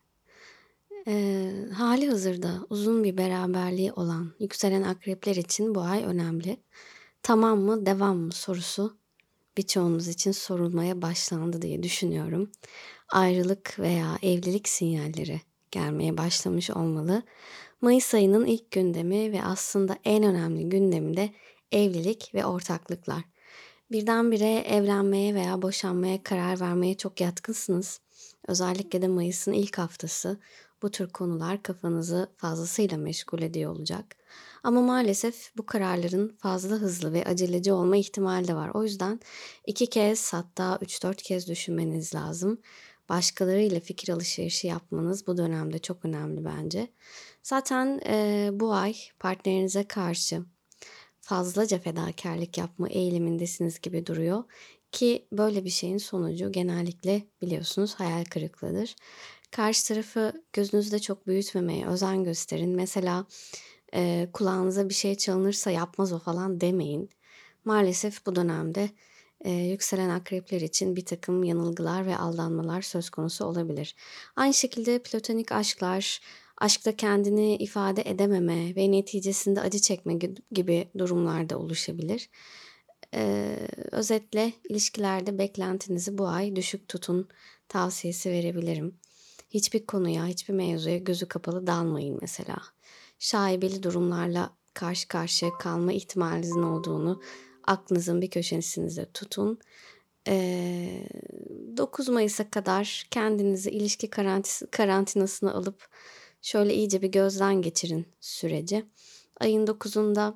Ee, hali hazırda uzun bir beraberliği olan yükselen akrepler için bu ay önemli. Tamam mı, devam mı sorusu birçoğunuz için sorulmaya başlandı diye düşünüyorum. Ayrılık veya evlilik sinyalleri gelmeye başlamış olmalı. Mayıs ayının ilk gündemi ve aslında en önemli gündemi de evlilik ve ortaklıklar. Birdenbire evlenmeye veya boşanmaya karar vermeye çok yatkınsınız. Özellikle de Mayıs'ın ilk haftası bu tür konular kafanızı fazlasıyla meşgul ediyor olacak. Ama maalesef bu kararların fazla hızlı ve aceleci olma ihtimali de var. O yüzden iki kez hatta üç dört kez düşünmeniz lazım. Başkalarıyla fikir alışverişi yapmanız bu dönemde çok önemli bence. Zaten e, bu ay partnerinize karşı fazlaca fedakarlık yapma eğilimindesiniz gibi duruyor ki böyle bir şeyin sonucu genellikle biliyorsunuz hayal kırıklığıdır. Karşı tarafı gözünüzde çok büyütmemeye özen gösterin. Mesela e, kulağınıza bir şey çalınırsa yapmaz o falan demeyin. Maalesef bu dönemde e, yükselen akrepler için bir takım yanılgılar ve aldanmalar söz konusu olabilir. Aynı şekilde platonik aşklar, aşkta kendini ifade edememe ve neticesinde acı çekme gibi durumlar da oluşabilir. Ee, özetle ilişkilerde beklentinizi bu ay düşük tutun tavsiyesi verebilirim. Hiçbir konuya, hiçbir mevzuya gözü kapalı dalmayın mesela. Şaibeli durumlarla karşı karşıya kalma ihtimalinizin olduğunu aklınızın bir köşesinde tutun. Ee, dokuz Mayıs'a kadar kendinizi ilişki karantinasına alıp şöyle iyice bir gözden geçirin süreci. Ayın dokuzunda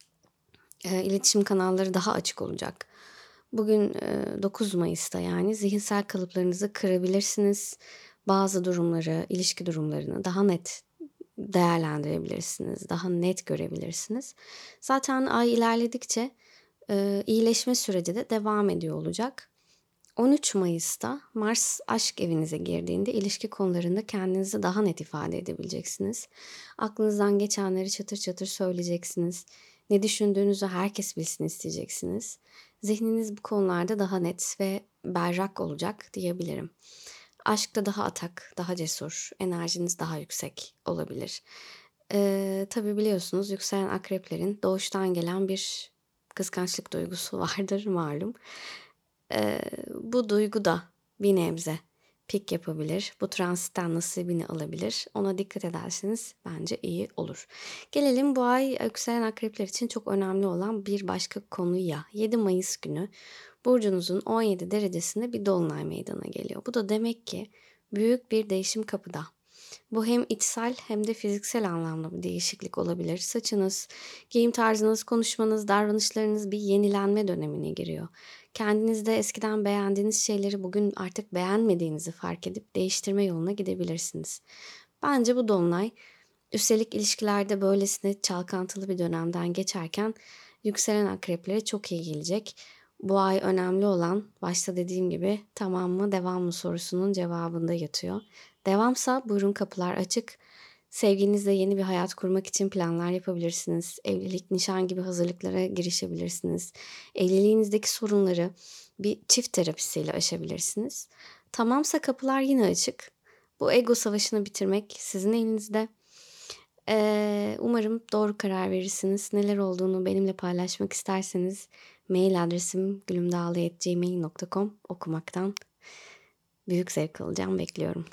e, iletişim kanalları daha açık olacak. Bugün e, dokuz Mayıs'ta yani zihinsel kalıplarınızı kırabilirsiniz. Bazı durumları, ilişki durumlarını daha net değerlendirebilirsiniz. Daha net görebilirsiniz. Zaten ay ilerledikçe e, iyileşme süreci de devam ediyor olacak. on üç Mayıs'ta Mars aşk evinize girdiğinde ilişki konularında kendinizi daha net ifade edebileceksiniz. Aklınızdan geçenleri çatır çatır söyleyeceksiniz. Ne düşündüğünüzü herkes bilsin isteyeceksiniz. Zihniniz bu konularda daha net ve berrak olacak diyebilirim. Aşkta daha atak, daha cesur, enerjiniz daha yüksek olabilir. Ee, tabii biliyorsunuz yükselen akreplerin doğuştan gelen bir kıskançlık duygusu vardır malum. Ee, Bu duygu da bir nebze pik yapabilir. Bu transitten nasibini alabilir. Ona dikkat ederseniz bence iyi olur. Gelelim bu ay yükselen akrepler için çok önemli olan bir başka konuya. yedi Mayıs günü burcunuzun on yedi derecesinde bir dolunay meydana geliyor. Bu da demek ki büyük bir değişim kapıda. Bu hem içsel hem de fiziksel anlamda bir değişiklik olabilir. Saçınız, giyim tarzınız, konuşmanız, davranışlarınız bir yenilenme dönemine giriyor. Kendinizde eskiden beğendiğiniz şeyleri bugün artık beğenmediğinizi fark edip değiştirme yoluna gidebilirsiniz. Bence bu dolunay, üstelik ilişkilerde böylesine çalkantılı bir dönemden geçerken yükselen akreplere çok iyi gelecek. Bu ay önemli olan başta dediğim gibi tamam mı devam mı sorusunun cevabında yatıyor. Devamsa buyurun kapılar açık. Sevgilinizle yeni bir hayat kurmak için planlar yapabilirsiniz. Evlilik, nişan gibi hazırlıklara girişebilirsiniz. Evliliğinizdeki sorunları bir çift terapisiyle aşabilirsiniz. Tamamsa kapılar yine açık. Bu ego savaşını bitirmek sizin elinizde. Ee, umarım doğru karar verirsiniz. Neler olduğunu benimle paylaşmak isterseniz mail adresim gülümdağlı at gmail nokta com okumaktan büyük zevk alacağım. Bekliyorum.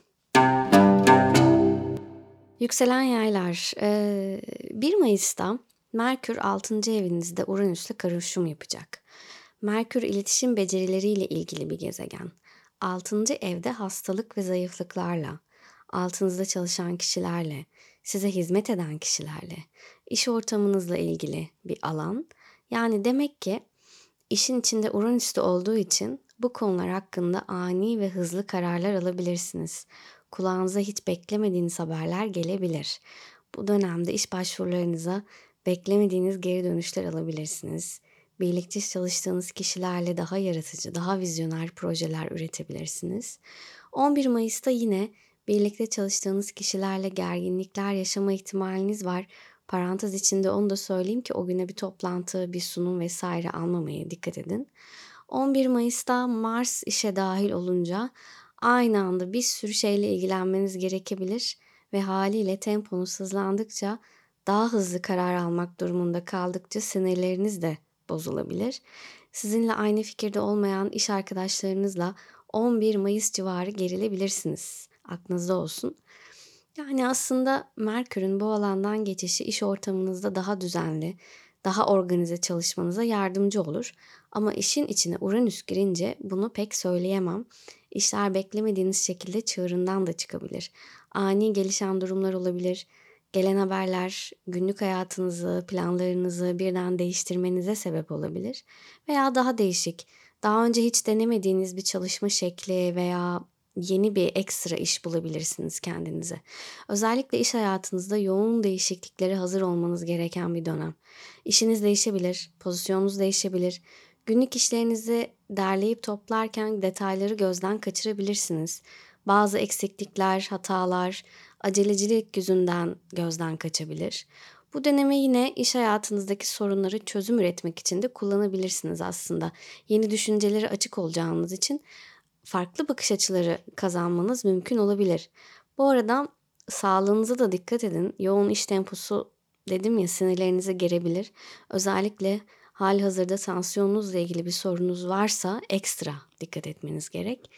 Yükselen yaylar. Ee, bir Mayıs'ta Merkür altıncı evinizde Uranüs'le karışım yapacak. Merkür iletişim becerileriyle ilgili bir gezegen. altıncı evde hastalık ve zayıflıklarla, altınızda çalışan kişilerle, size hizmet eden kişilerle, iş ortamınızla ilgili bir alan. Yani demek ki işin içinde Uranüs'te olduğu için bu konular hakkında ani ve hızlı kararlar alabilirsiniz. Kulağınıza hiç beklemediğiniz haberler gelebilir. Bu dönemde iş başvurularınıza beklemediğiniz geri dönüşler alabilirsiniz. Birlikte çalıştığınız kişilerle daha yaratıcı, daha vizyoner projeler üretebilirsiniz. on bir Mayıs'ta yine birlikte çalıştığınız kişilerle gerginlikler yaşama ihtimaliniz var. Parantez içinde onu da söyleyeyim ki o güne bir toplantı, bir sunum vesaire almamaya dikkat edin. on bir Mayıs'ta Mars işe dahil olunca aynı anda bir sürü şeyle ilgilenmeniz gerekebilir ve haliyle temponuz hızlandıkça daha hızlı karar almak durumunda kaldıkça sinirleriniz de bozulabilir. Sizinle aynı fikirde olmayan iş arkadaşlarınızla on bir Mayıs civarı gerilebilirsiniz. Aklınızda olsun. Yani aslında Merkür'ün bu alandan geçişi iş ortamınızda daha düzenli, daha organize çalışmanıza yardımcı olur. Ama işin içine Uranüs girince bunu pek söyleyemem. İşler beklemediğiniz şekilde çığırından da çıkabilir. Ani gelişen durumlar olabilir. Gelen haberler günlük hayatınızı, planlarınızı birden değiştirmenize sebep olabilir. Veya daha değişik, daha önce hiç denemediğiniz bir çalışma şekli veya yeni bir ekstra iş bulabilirsiniz kendinize. Özellikle iş hayatınızda yoğun değişikliklere hazır olmanız gereken bir dönem. İşiniz değişebilir, pozisyonunuz değişebilir. Günlük işlerinizi derleyip toplarken detayları gözden kaçırabilirsiniz. Bazı eksiklikler, hatalar, acelecilik yüzünden gözden kaçabilir. Bu dönemi yine iş hayatınızdaki sorunları çözüm üretmek için de kullanabilirsiniz aslında. Yeni düşüncelere açık olacağınız için farklı bakış açıları kazanmanız mümkün olabilir. Bu arada sağlığınıza da dikkat edin. Yoğun iş temposu dedim ya sinirlerinizi gerebilir. Özellikle halihazırda tansiyonunuzla ilgili bir sorunuz varsa ekstra dikkat etmeniz gerek.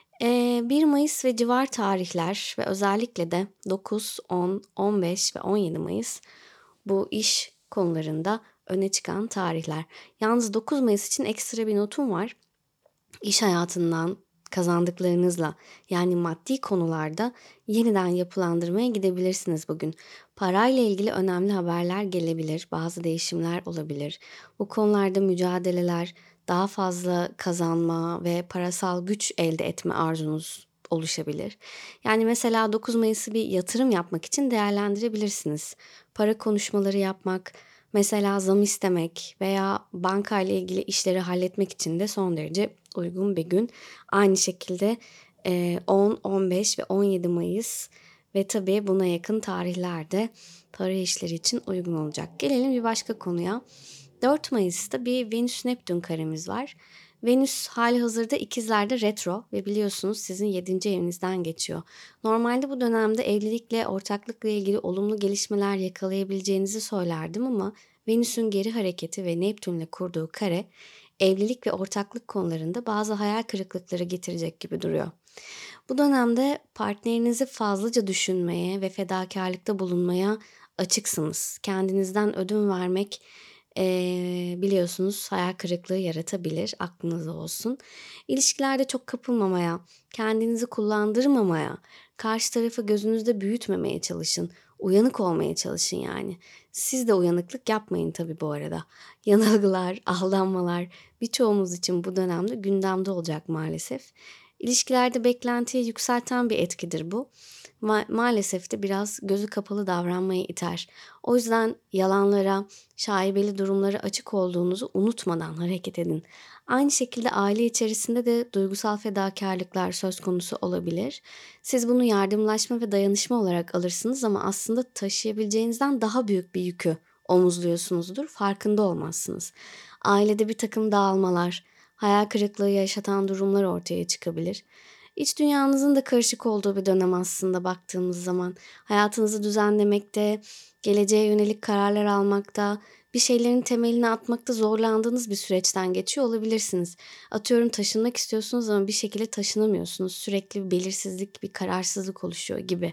Ee, bir Mayıs ve civar tarihler ve özellikle de dokuz, on, on beş ve on yedi Mayıs bu iş konularında öne çıkan tarihler. Yalnız dokuz Mayıs için ekstra bir notum var. İş hayatından kazandıklarınızla yani maddi konularda yeniden yapılandırmaya gidebilirsiniz bugün. Parayla ilgili önemli haberler gelebilir, bazı değişimler olabilir. Bu konularda mücadeleler, daha fazla kazanma ve parasal güç elde etme arzunuz oluşabilir. Yani mesela dokuz Mayıs'ı bir yatırım yapmak için değerlendirebilirsiniz. Para konuşmaları yapmak, mesela zam istemek veya banka ile ilgili işleri halletmek için de son derece uygun bir gün. Aynı şekilde on, on beş ve on yedi Mayıs ve tabii buna yakın tarihlerde para işleri için uygun olacak. Gelelim bir başka konuya. dört Mayıs'ta bir Venüs-Neptün karemiz var. Venüs hali hazırda ikizlerde retro ve biliyorsunuz sizin yedinci evinizden geçiyor. Normalde bu dönemde evlilikle, ortaklıkla ilgili olumlu gelişmeler yakalayabileceğinizi söylerdim ama Venüs'ün geri hareketi ve Neptün'le kurduğu kare evlilik ve ortaklık konularında bazı hayal kırıklıkları getirecek gibi duruyor. Bu dönemde partnerinizi fazlaca düşünmeye ve fedakarlıkta bulunmaya açıksınız. Kendinizden ödün vermek ee, biliyorsunuz hayal kırıklığı yaratabilir, aklınızda olsun. İlişkilerde çok kapılmamaya, kendinizi kullandırmamaya, karşı tarafı gözünüzde büyütmemeye çalışın. Uyanık olmaya çalışın yani. Siz de uyanıklık yapmayın tabii bu arada. Yanılgılar, aldanmalar birçoğumuz için bu dönemde gündemde olacak maalesef. İlişkilerde beklentiyi yükselten bir etkidir bu. Ma- maalesef de biraz gözü kapalı davranmaya iter. O yüzden yalanlara, şaibeli durumlara açık olduğunuzu unutmadan hareket edin. Aynı şekilde aile içerisinde de duygusal fedakarlıklar söz konusu olabilir. Siz bunu yardımlaşma ve dayanışma olarak alırsınız ama aslında taşıyabileceğinizden daha büyük bir yükü omuzluyorsunuzdur. Farkında olmazsınız. Ailede bir takım dağılmalar, hayal kırıklığı yaşatan durumlar ortaya çıkabilir. İç dünyanızın da karışık olduğu bir dönem aslında baktığımız zaman. Hayatınızı düzenlemekte, geleceğe yönelik kararlar almakta, bir şeylerin temelini atmakta zorlandığınız bir süreçten geçiyor olabilirsiniz. Atıyorum taşınmak istiyorsunuz ama bir şekilde taşınamıyorsunuz. Sürekli bir belirsizlik, bir kararsızlık oluşuyor gibi.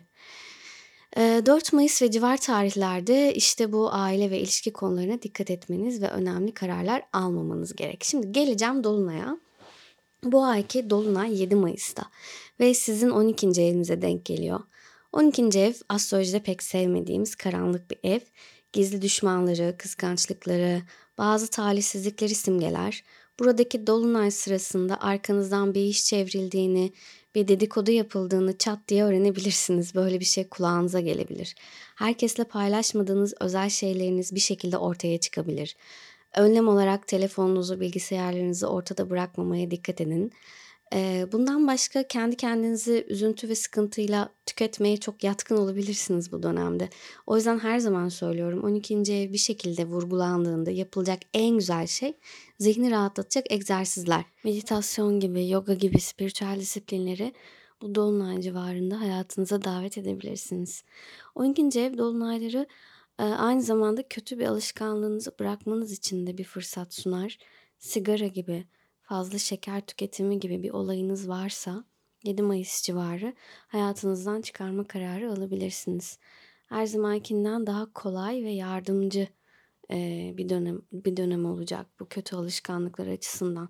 Eee, dört Mayıs ve civar tarihlerde işte bu aile ve ilişki konularına dikkat etmeniz ve önemli kararlar almamanız gerek. Şimdi geleceğim Dolunay'a. Bu ayki Dolunay yedi Mayıs'ta ve sizin on ikinci evinize denk geliyor. on ikinci ev astrolojide pek sevmediğimiz karanlık bir ev. Gizli düşmanları, kıskançlıkları, bazı talihsizlikleri simgeler. Buradaki Dolunay sırasında arkanızdan bir iş çevrildiğini, bir dedikodu yapıldığını çat diye öğrenebilirsiniz. Böyle bir şey kulağınıza gelebilir. Herkesle paylaşmadığınız özel şeyleriniz bir şekilde ortaya çıkabilir. Önlem olarak telefonunuzu, bilgisayarlarınızı ortada bırakmamaya dikkat edin. Eee, bundan başka kendi kendinizi üzüntü ve sıkıntıyla tüketmeye çok yatkın olabilirsiniz bu dönemde. O yüzden her zaman söylüyorum on ikinci ev bir şekilde vurgulandığında yapılacak en güzel şey zihni rahatlatacak egzersizler. Meditasyon gibi, yoga gibi spiritüel disiplinleri bu dolunay civarında hayatınıza davet edebilirsiniz. on ikinci ev dolunayları e, aynı zamanda kötü bir alışkanlığınızı bırakmanız için de bir fırsat sunar. Sigara gibi, fazla şeker tüketimi gibi bir olayınız varsa yedi Mayıs civarı hayatınızdan çıkarma kararı alabilirsiniz. Her zamankinden daha kolay ve yardımcı e, bir dönem bir dönem olacak bu kötü alışkanlıklar açısından.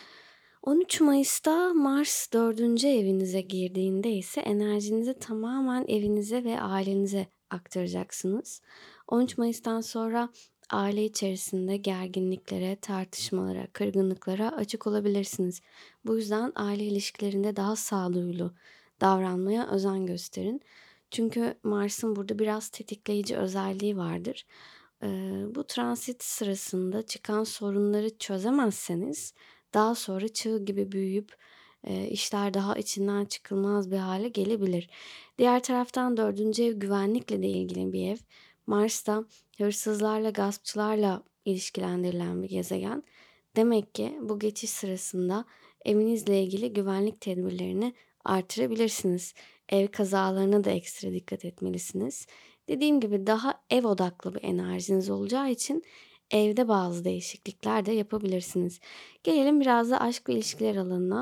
on üç Mayıs'ta Mars dördüncü evinize girdiğinde ise enerjinizi tamamen evinize ve ailenize aktaracaksınız. on üç Mayıs'tan sonra aile içerisinde gerginliklere, tartışmalara, kırgınlıklara açık olabilirsiniz. Bu yüzden aile ilişkilerinde daha sağduyulu davranmaya özen gösterin. Çünkü Mars'ın burada biraz tetikleyici özelliği vardır. Ee, bu transit sırasında çıkan sorunları çözemezseniz daha sonra çığ gibi büyüyüp e, işler daha içinden çıkılmaz bir hale gelebilir. Diğer taraftan dördüncü ev güvenlikle de ilgili bir ev. Mars da hırsızlarla, gaspçılarla ilişkilendirilen bir gezegen. Demek ki bu geçiş sırasında evinizle ilgili güvenlik tedbirlerini artırabilirsiniz. Ev kazalarına da ekstra dikkat etmelisiniz. Dediğim gibi daha ev odaklı bir enerjiniz olacağı için evde bazı değişiklikler de yapabilirsiniz. Gelelim biraz da aşk ve ilişkiler alanına.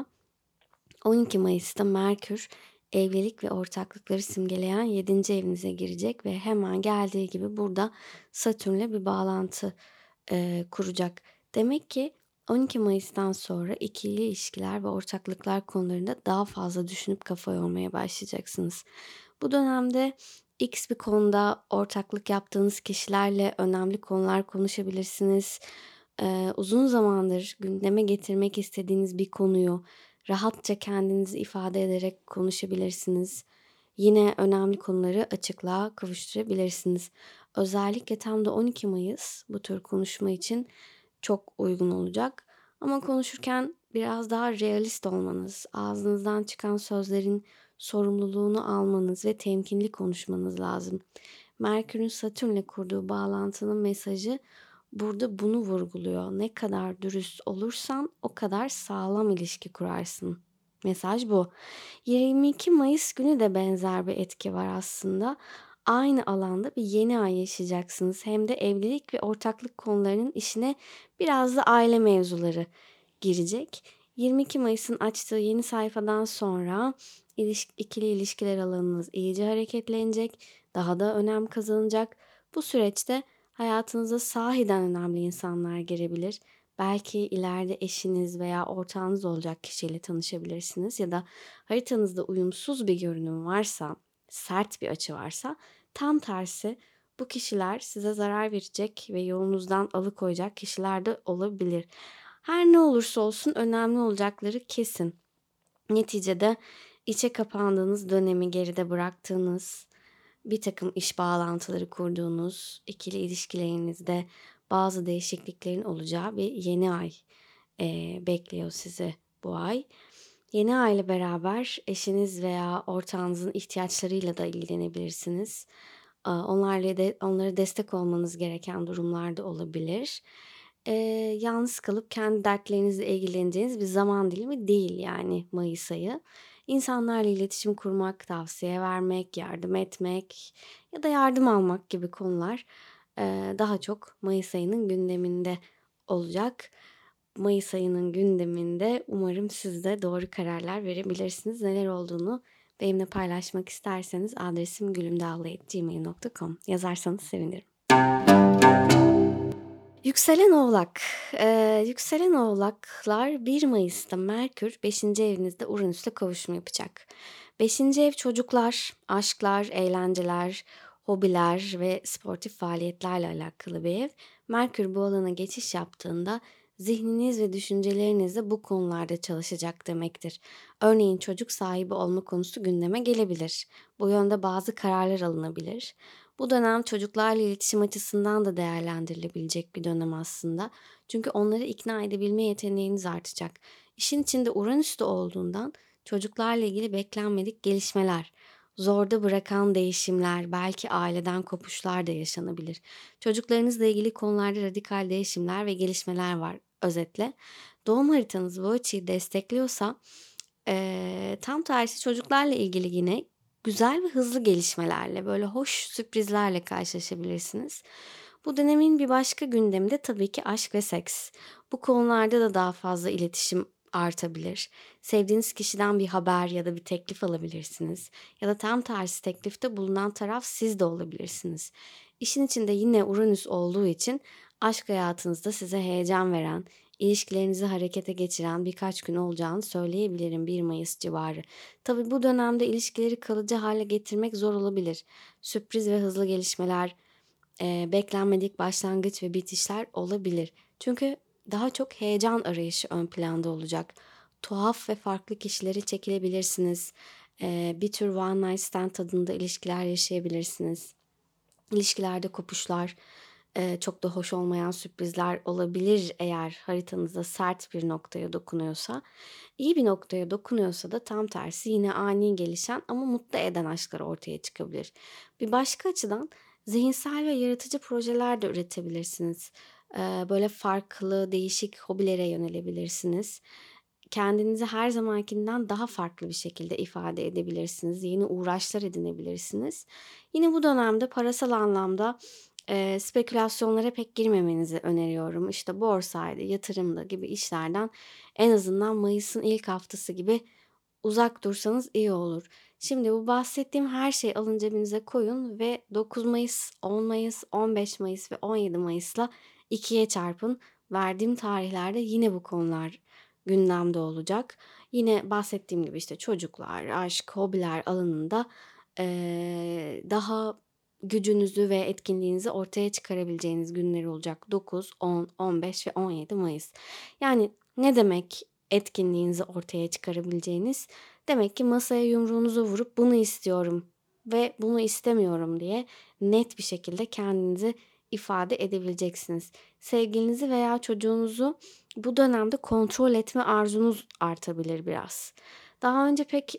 on iki Mayıs'ta Merkür evlilik ve ortaklıkları simgeleyen yedinci evinize girecek ve hemen geldiği gibi burada Satürn'le bir bağlantı e, kuracak. Demek ki on iki Mayıs'tan sonra ikili ilişkiler ve ortaklıklar konularında daha fazla düşünüp kafa yormaya başlayacaksınız. Bu dönemde X bir konuda ortaklık yaptığınız kişilerle önemli konular konuşabilirsiniz. Ee, uzun zamandır gündeme getirmek istediğiniz bir konuyu rahatça kendinizi ifade ederek konuşabilirsiniz. Yine önemli konuları açıklığa kavuşturabilirsiniz. Özellikle tam da on iki Mayıs bu tür konuşma için çok uygun olacak. Ama konuşurken biraz daha realist olmanız, ağzınızdan çıkan sözlerin sorumluluğunu almanız ve temkinli konuşmanız lazım. Merkür'ün Satürn'le kurduğu bağlantının mesajı burada bunu vurguluyor. Ne kadar dürüst olursan o kadar sağlam ilişki kurarsın. Mesaj bu. yirmi iki Mayıs günü de benzer bir etki var aslında. Aynı alanda bir yeni ay yaşayacaksınız. Hem de evlilik ve ortaklık konularının işine biraz da aile mevzuları girecek. yirmi iki Mayıs'ın açtığı yeni sayfadan sonra iliş- ikili ilişkiler alanınız iyice hareketlenecek, daha da önem kazanacak. Bu süreçte hayatınıza sahiden önemli insanlar girebilir. Belki ileride eşiniz veya ortağınız olacak kişiyle tanışabilirsiniz ya da haritanızda uyumsuz bir görünüm varsa, sert bir açı varsa tam tersi bu kişiler size zarar verecek ve yolunuzdan alıkoyacak kişiler de olabilir. Her ne olursa olsun önemli olacakları kesin. Neticede içe kapandığınız dönemi geride bıraktığınız, bir takım iş bağlantıları kurduğunuz, ikili ilişkilerinizde bazı değişikliklerin olacağı bir yeni ay e, bekliyor sizi bu ay. Yeni ay ile beraber eşiniz veya ortağınızın ihtiyaçlarıyla da ilgilenebilirsiniz. Onlarla de, onlara destek olmanız gereken durumlarda olabilir. Ee, Yalnız kalıp kendi dertlerinizle ilgileneceğiniz bir zaman dilimi değil yani Mayıs ayı. İnsanlarla iletişim kurmak, tavsiye vermek, yardım etmek ya da yardım almak gibi konular eee, daha çok Mayıs ayının gündeminde olacak. Mayıs ayının gündeminde umarım siz de doğru kararlar verebilirsiniz. Neler olduğunu benimle paylaşmak isterseniz adresim gülümdağlı at gmail nokta com yazarsanız sevinirim. Yükselen Oğlak. Eee, yükselen Oğlaklar bir Mayıs'ta Merkür beşinci evinizde Uranüs'le kavuşum yapacak. Beşinci ev çocuklar, aşklar, eğlenceler, hobiler ve sportif faaliyetlerle alakalı bir ev. Merkür bu alana geçiş yaptığında zihniniz ve düşünceleriniz de bu konularda çalışacak demektir. Örneğin çocuk sahibi olma konusu gündeme gelebilir. Bu yönde bazı kararlar alınabilir. Bu dönem çocuklarla iletişim açısından da değerlendirilebilecek bir dönem aslında. Çünkü onları ikna edebilme yeteneğiniz artacak. İşin içinde Uranüs de olduğundan çocuklarla ilgili beklenmedik gelişmeler, zorda bırakan değişimler, belki aileden kopuşlar da yaşanabilir. Çocuklarınızla ilgili konularda radikal değişimler ve gelişmeler var özetle. Doğum haritanız bu açıyı destekliyorsa eee, tam tersi çocuklarla ilgili yine güzel ve hızlı gelişmelerle, böyle hoş sürprizlerle karşılaşabilirsiniz. Bu dönemin bir başka gündemi de tabii ki aşk ve seks. Bu konularda da daha fazla iletişim artabilir. Sevdiğiniz kişiden bir haber ya da bir teklif alabilirsiniz. Ya da tam tersi teklifte bulunan taraf siz de olabilirsiniz. İşin içinde yine Uranüs olduğu için aşk hayatınızda size heyecan veren, ilişkilerinizi harekete geçiren birkaç gün olacağını söyleyebilirim bir Mayıs civarı. Tabii bu dönemde ilişkileri kalıcı hale getirmek zor olabilir. Sürpriz ve hızlı gelişmeler, eee, beklenmedik başlangıç ve bitişler olabilir. Çünkü daha çok heyecan arayışı ön planda olacak. Tuhaf ve farklı kişilere çekilebilirsiniz. Eee, bir tür one night stand tadında ilişkiler yaşayabilirsiniz. İlişkilerde kopuşlar, eee, çok da hoş olmayan sürprizler olabilir eğer haritanızda sert bir noktaya dokunuyorsa. İyi bir noktaya dokunuyorsa da tam tersi yine ani gelişen ama mutlu eden aşklar ortaya çıkabilir. Bir başka açıdan zihinsel ve yaratıcı projeler de üretebilirsiniz. Eee, böyle farklı, değişik hobilere yönelebilirsiniz. Kendinizi her zamankinden daha farklı bir şekilde ifade edebilirsiniz. Yeni uğraşlar edinebilirsiniz. Yine bu dönemde parasal anlamda eee, spekülasyonlara pek girmemenizi öneriyorum. İşte borsaydı, yatırımda gibi işlerden en azından Mayıs'ın ilk haftası gibi uzak dursanız iyi olur. Şimdi bu bahsettiğim her şeyi alın cebinize koyun ve dokuz Mayıs, on Mayıs, on beş Mayıs ve on yedi Mayıs'la ikiye çarpın. Verdiğim tarihlerde yine bu konular gündemde olacak. Yine bahsettiğim gibi işte çocuklar, aşk, hobiler alanında eee, daha gücünüzü ve etkinliğinizi ortaya çıkarabileceğiniz günler olacak. dokuz, on, on beş ve on yedi Mayıs. Yani ne demek etkinliğinizi ortaya çıkarabileceğiniz? Demek ki masaya yumruğunuzu vurup bunu istiyorum ve bunu istemiyorum diye net bir şekilde kendinizi ifade edebileceksiniz. Sevgilinizi veya çocuğunuzu bu dönemde kontrol etme arzunuz artabilir biraz. Daha önce pek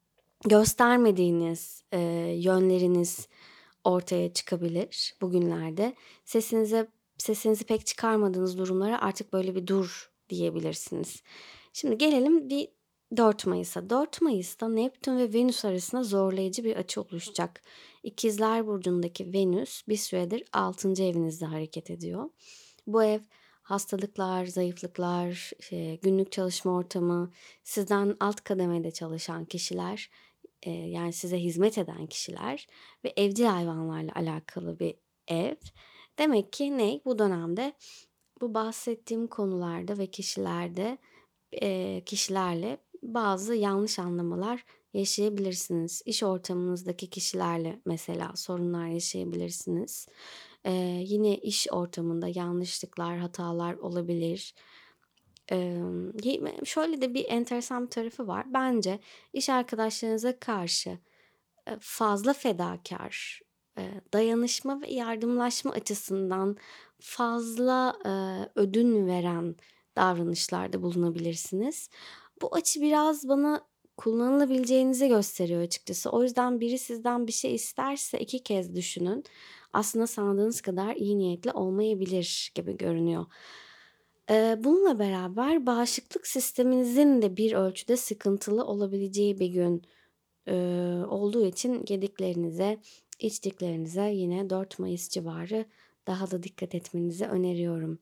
göstermediğiniz e, yönleriniz ortaya çıkabilir bugünlerde. Sesinize sesinizi pek çıkarmadığınız durumlara artık böyle bir dur diyebilirsiniz. Şimdi gelelim bir dört Mayıs'a. dört Mayıs'ta Neptün ve Venüs arasında zorlayıcı bir açı oluşacak. İkizler Burcu'ndaki Venüs bir süredir altıncı evinizde hareket ediyor. Bu ev hastalıklar, zayıflıklar, şey, günlük çalışma ortamı, sizden alt kademede çalışan kişiler, e, yani size hizmet eden kişiler ve evcil hayvanlarla alakalı bir ev. Demek ki ne? Bu dönemde bu bahsettiğim konularda ve kişilerde e, kişilerle bazı yanlış anlamalar yaşayabilirsiniz. İş ortamınızdaki kişilerle mesela sorunlar yaşayabilirsiniz. E, yine iş ortamında yanlışlıklar, hatalar olabilir. E, şöyle de bir enteresan bir tarafı var. Bence iş arkadaşlarınıza karşı e, fazla fedakar, e, dayanışma ve yardımlaşma açısından fazla e, ödün veren davranışlarda bulunabilirsiniz. Bu açı biraz bana kullanılabileceğinizi gösteriyor açıkçası. O yüzden biri sizden bir şey isterse iki kez düşünün. Aslında sandığınız kadar iyi niyetli olmayabilir gibi görünüyor. Eee, bununla beraber bağışıklık sisteminizin de bir ölçüde sıkıntılı olabileceği bir gün eee, olduğu için yediklerinize, içtiklerinize yine dört Mayıs civarı daha da dikkat etmenizi öneriyorum.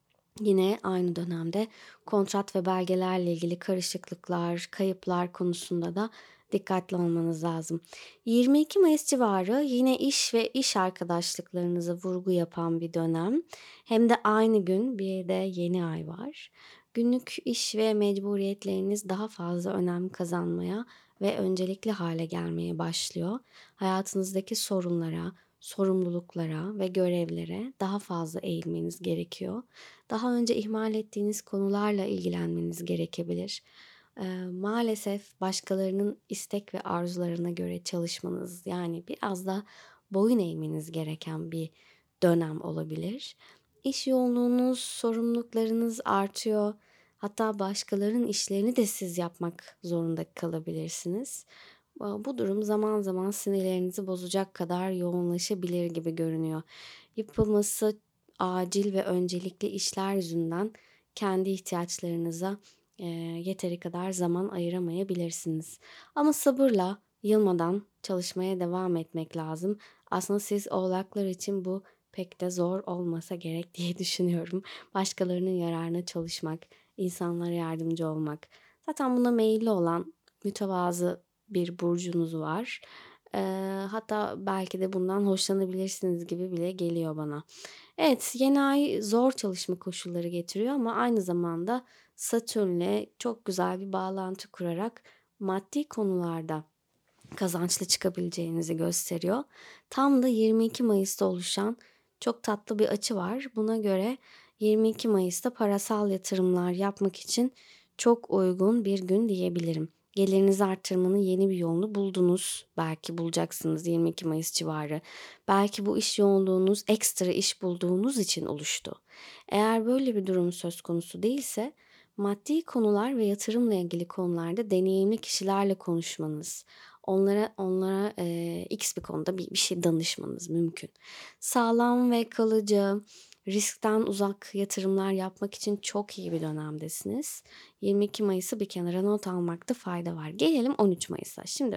Yine aynı dönemde kontrat ve belgelerle ilgili karışıklıklar, kayıplar konusunda da dikkatli olmanız lazım. yirmi iki Mayıs civarı yine iş ve iş arkadaşlıklarınıza vurgu yapan bir dönem. Hem de aynı gün bir de yeni ay var. Günlük iş ve mecburiyetleriniz daha fazla önem kazanmaya ve öncelikli hale gelmeye başlıyor. Hayatınızdaki sorunlara, sorumluluklara ve görevlere daha fazla eğilmeniz gerekiyor. Daha önce ihmal ettiğiniz konularla ilgilenmeniz gerekebilir. Eee, maalesef başkalarının istek ve arzularına göre çalışmanız, yani biraz da boyun eğmeniz gereken bir dönem olabilir. İş yoğunluğunuz, sorumluluklarınız artıyor. Hatta başkalarının işlerini de siz yapmak zorunda kalabilirsiniz. Bu durum zaman zaman sinirlerinizi bozacak kadar yoğunlaşabilir gibi görünüyor. Yapılması acil ve öncelikli işler yüzünden kendi ihtiyaçlarınıza e, yeteri kadar zaman ayıramayabilirsiniz. Ama sabırla, yılmadan çalışmaya devam etmek lazım. Aslında siz oğlaklar için bu pek de zor olmasa gerek diye düşünüyorum. Başkalarının yararına çalışmak, insanlara yardımcı olmak. Zaten buna meyilli olan mütevazı bir burcunuz var. Eee, hatta belki de bundan hoşlanabilirsiniz gibi bile geliyor bana. Evet, yeni ay zor çalışma koşulları getiriyor ama aynı zamanda Satürn'le çok güzel bir bağlantı kurarak maddi konularda kazançlı çıkabileceğinizi gösteriyor. Tam da yirmi iki Mayıs'ta oluşan çok tatlı bir açı var. Buna göre yirmi iki Mayıs'ta parasal yatırımlar yapmak için çok uygun bir gün diyebilirim. Gelirinizi arttırmanın yeni bir yolunu buldunuz. Belki bulacaksınız yirmi iki Mayıs civarı. Belki bu iş yoğunluğunuz ekstra iş bulduğunuz için oluştu. Eğer böyle bir durum söz konusu değilse maddi konular ve yatırımla ilgili konularda deneyimli kişilerle konuşmanız, onlara onlara eee, X bir konuda bir, bir şey danışmanız mümkün. Sağlam ve kalıcı, riskten uzak yatırımlar yapmak için çok iyi bir dönemdesiniz. yirmi iki Mayıs'ı bir kenara not almakta fayda var. Gelelim on üç Mayıs'a. Şimdi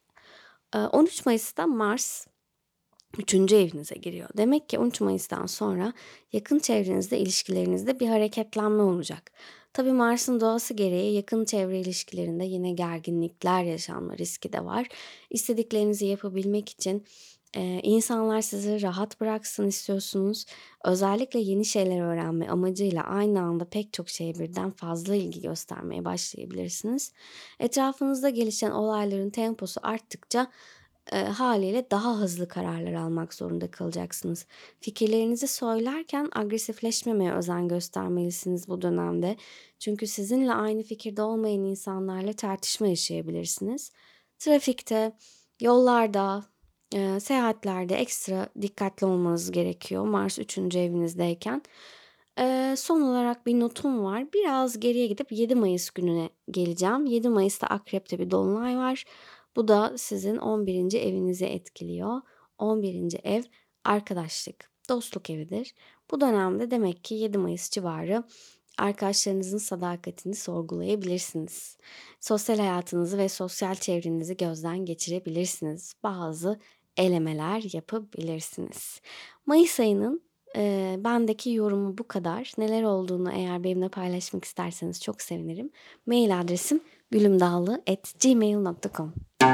e, on üç Mayıs'ta Mars üçüncü evinize giriyor. Demek ki on üç Mayıs'tan sonra yakın çevrenizde ilişkilerinizde bir hareketlenme olacak. Tabii Mars'ın doğası gereği yakın çevre ilişkilerinde yine gerginlikler yaşanma riski de var. İstediklerinizi yapabilmek için e, insanlar sizi rahat bıraksın istiyorsunuz. Özellikle yeni şeyler öğrenme amacıyla aynı anda pek çok şeye birden fazla ilgi göstermeye başlayabilirsiniz. Etrafınızda gelişen olayların temposu arttıkça e, haliyle daha hızlı kararlar almak zorunda kalacaksınız. Fikirlerinizi söylerken agresifleşmemeye özen göstermelisiniz bu dönemde. Çünkü sizinle aynı fikirde olmayan insanlarla tartışma yaşayabilirsiniz. Trafikte, yollarda, e, seyahatlerde ekstra dikkatli olmanız gerekiyor Mars üçüncü evinizdeyken. E, son olarak bir notum var. Biraz geriye gidip yedi Mayıs gününe geleceğim. yedi Mayıs'ta Akrep'te bir dolunay var. Bu da sizin on birinci evinizi etkiliyor. on birinci ev arkadaşlık, dostluk evidir. Bu dönemde demek ki yedi Mayıs civarı arkadaşlarınızın sadakatini sorgulayabilirsiniz. Sosyal hayatınızı ve sosyal çevrenizi gözden geçirebilirsiniz. Bazı elemeler yapabilirsiniz. Mayıs ayının e, bendeki yorumu bu kadar. Neler olduğunu eğer benimle paylaşmak isterseniz çok sevinirim. Mail adresim gülümdağlı at gmail nokta com.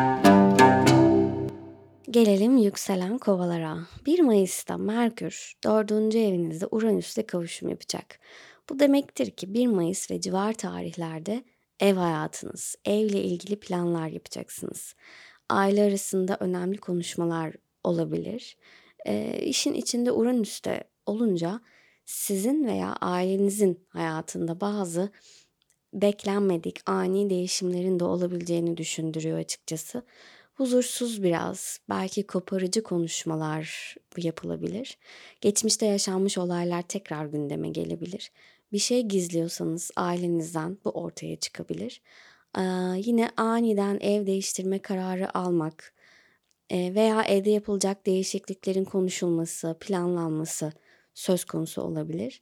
Gelelim yükselen kovalara. bir Mayıs'ta Merkür dördüncü evinizde Uranüs'le kavuşum yapacak. Bu demektir ki bir Mayıs ve civar tarihlerde ev hayatınız, evle ilgili planlar yapacaksınız. Aile arasında önemli konuşmalar olabilir. E, işin içinde Uranüs'te olunca sizin veya ailenizin hayatında bazı beklenmedik ani değişimlerin de olabileceğini düşündürüyor açıkçası. Huzursuz biraz, belki koparıcı konuşmalar yapılabilir. Geçmişte yaşanmış olaylar tekrar gündeme gelebilir. Bir şey gizliyorsanız ailenizden bu ortaya çıkabilir. Ee, yine aniden ev değiştirme kararı almak e, veya evde yapılacak değişikliklerin konuşulması, planlanması söz konusu olabilir.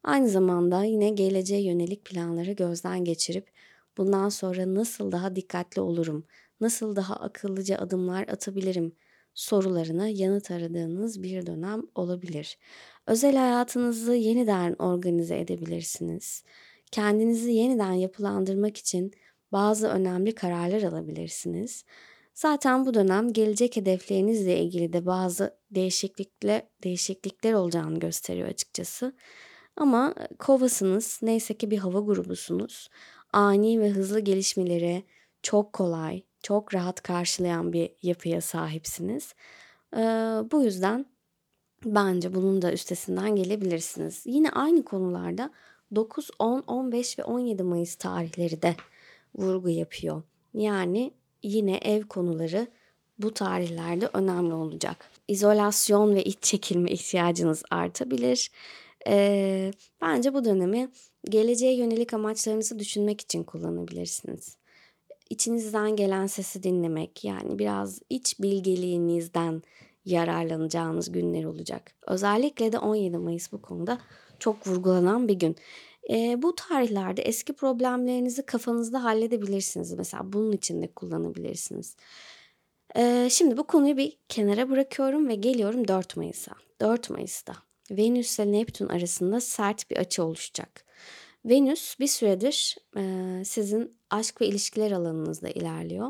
Aynı zamanda yine geleceğe yönelik planları gözden geçirip bundan sonra nasıl daha dikkatli olurum, nasıl daha akıllıca adımlar atabilirim sorularına yanıt aradığınız bir dönem olabilir. Özel hayatınızı yeniden organize edebilirsiniz. Kendinizi yeniden yapılandırmak için bazı önemli kararlar alabilirsiniz. Zaten bu dönem gelecek hedeflerinizle ilgili de bazı değişiklikler değişiklikler olacağını gösteriyor açıkçası. Ama kovasınız, neyse ki bir hava grubusunuz. Ani ve hızlı gelişmeleri çok kolay, çok rahat karşılayan bir yapıya sahipsiniz. Ee, bu yüzden bence bunun da üstesinden gelebilirsiniz. Yine aynı konularda dokuz, on, on beş ve on yedi Mayıs tarihleri de vurgu yapıyor. Yani yine ev konuları bu tarihlerde önemli olacak. İzolasyon ve iç çekilme ihtiyacınız artabilir. Ee, bence bu dönemi geleceğe yönelik amaçlarınızı düşünmek için kullanabilirsiniz. İçinizden gelen sesi dinlemek, yani biraz iç bilgeliğinizden yararlanacağınız günler olacak. Özellikle de on yedi Mayıs bu konuda çok vurgulanan bir gün. E, bu tarihlerde eski problemlerinizi kafanızda halledebilirsiniz. Mesela bunun için de kullanabilirsiniz. E, şimdi bu konuyu bir kenara bırakıyorum ve geliyorum dört Mayıs'a. dört Mayıs'ta Venüs ile Neptün arasında sert bir açı oluşacak. Venüs bir süredir e, sizin aşk ve ilişkiler alanınızda ilerliyor.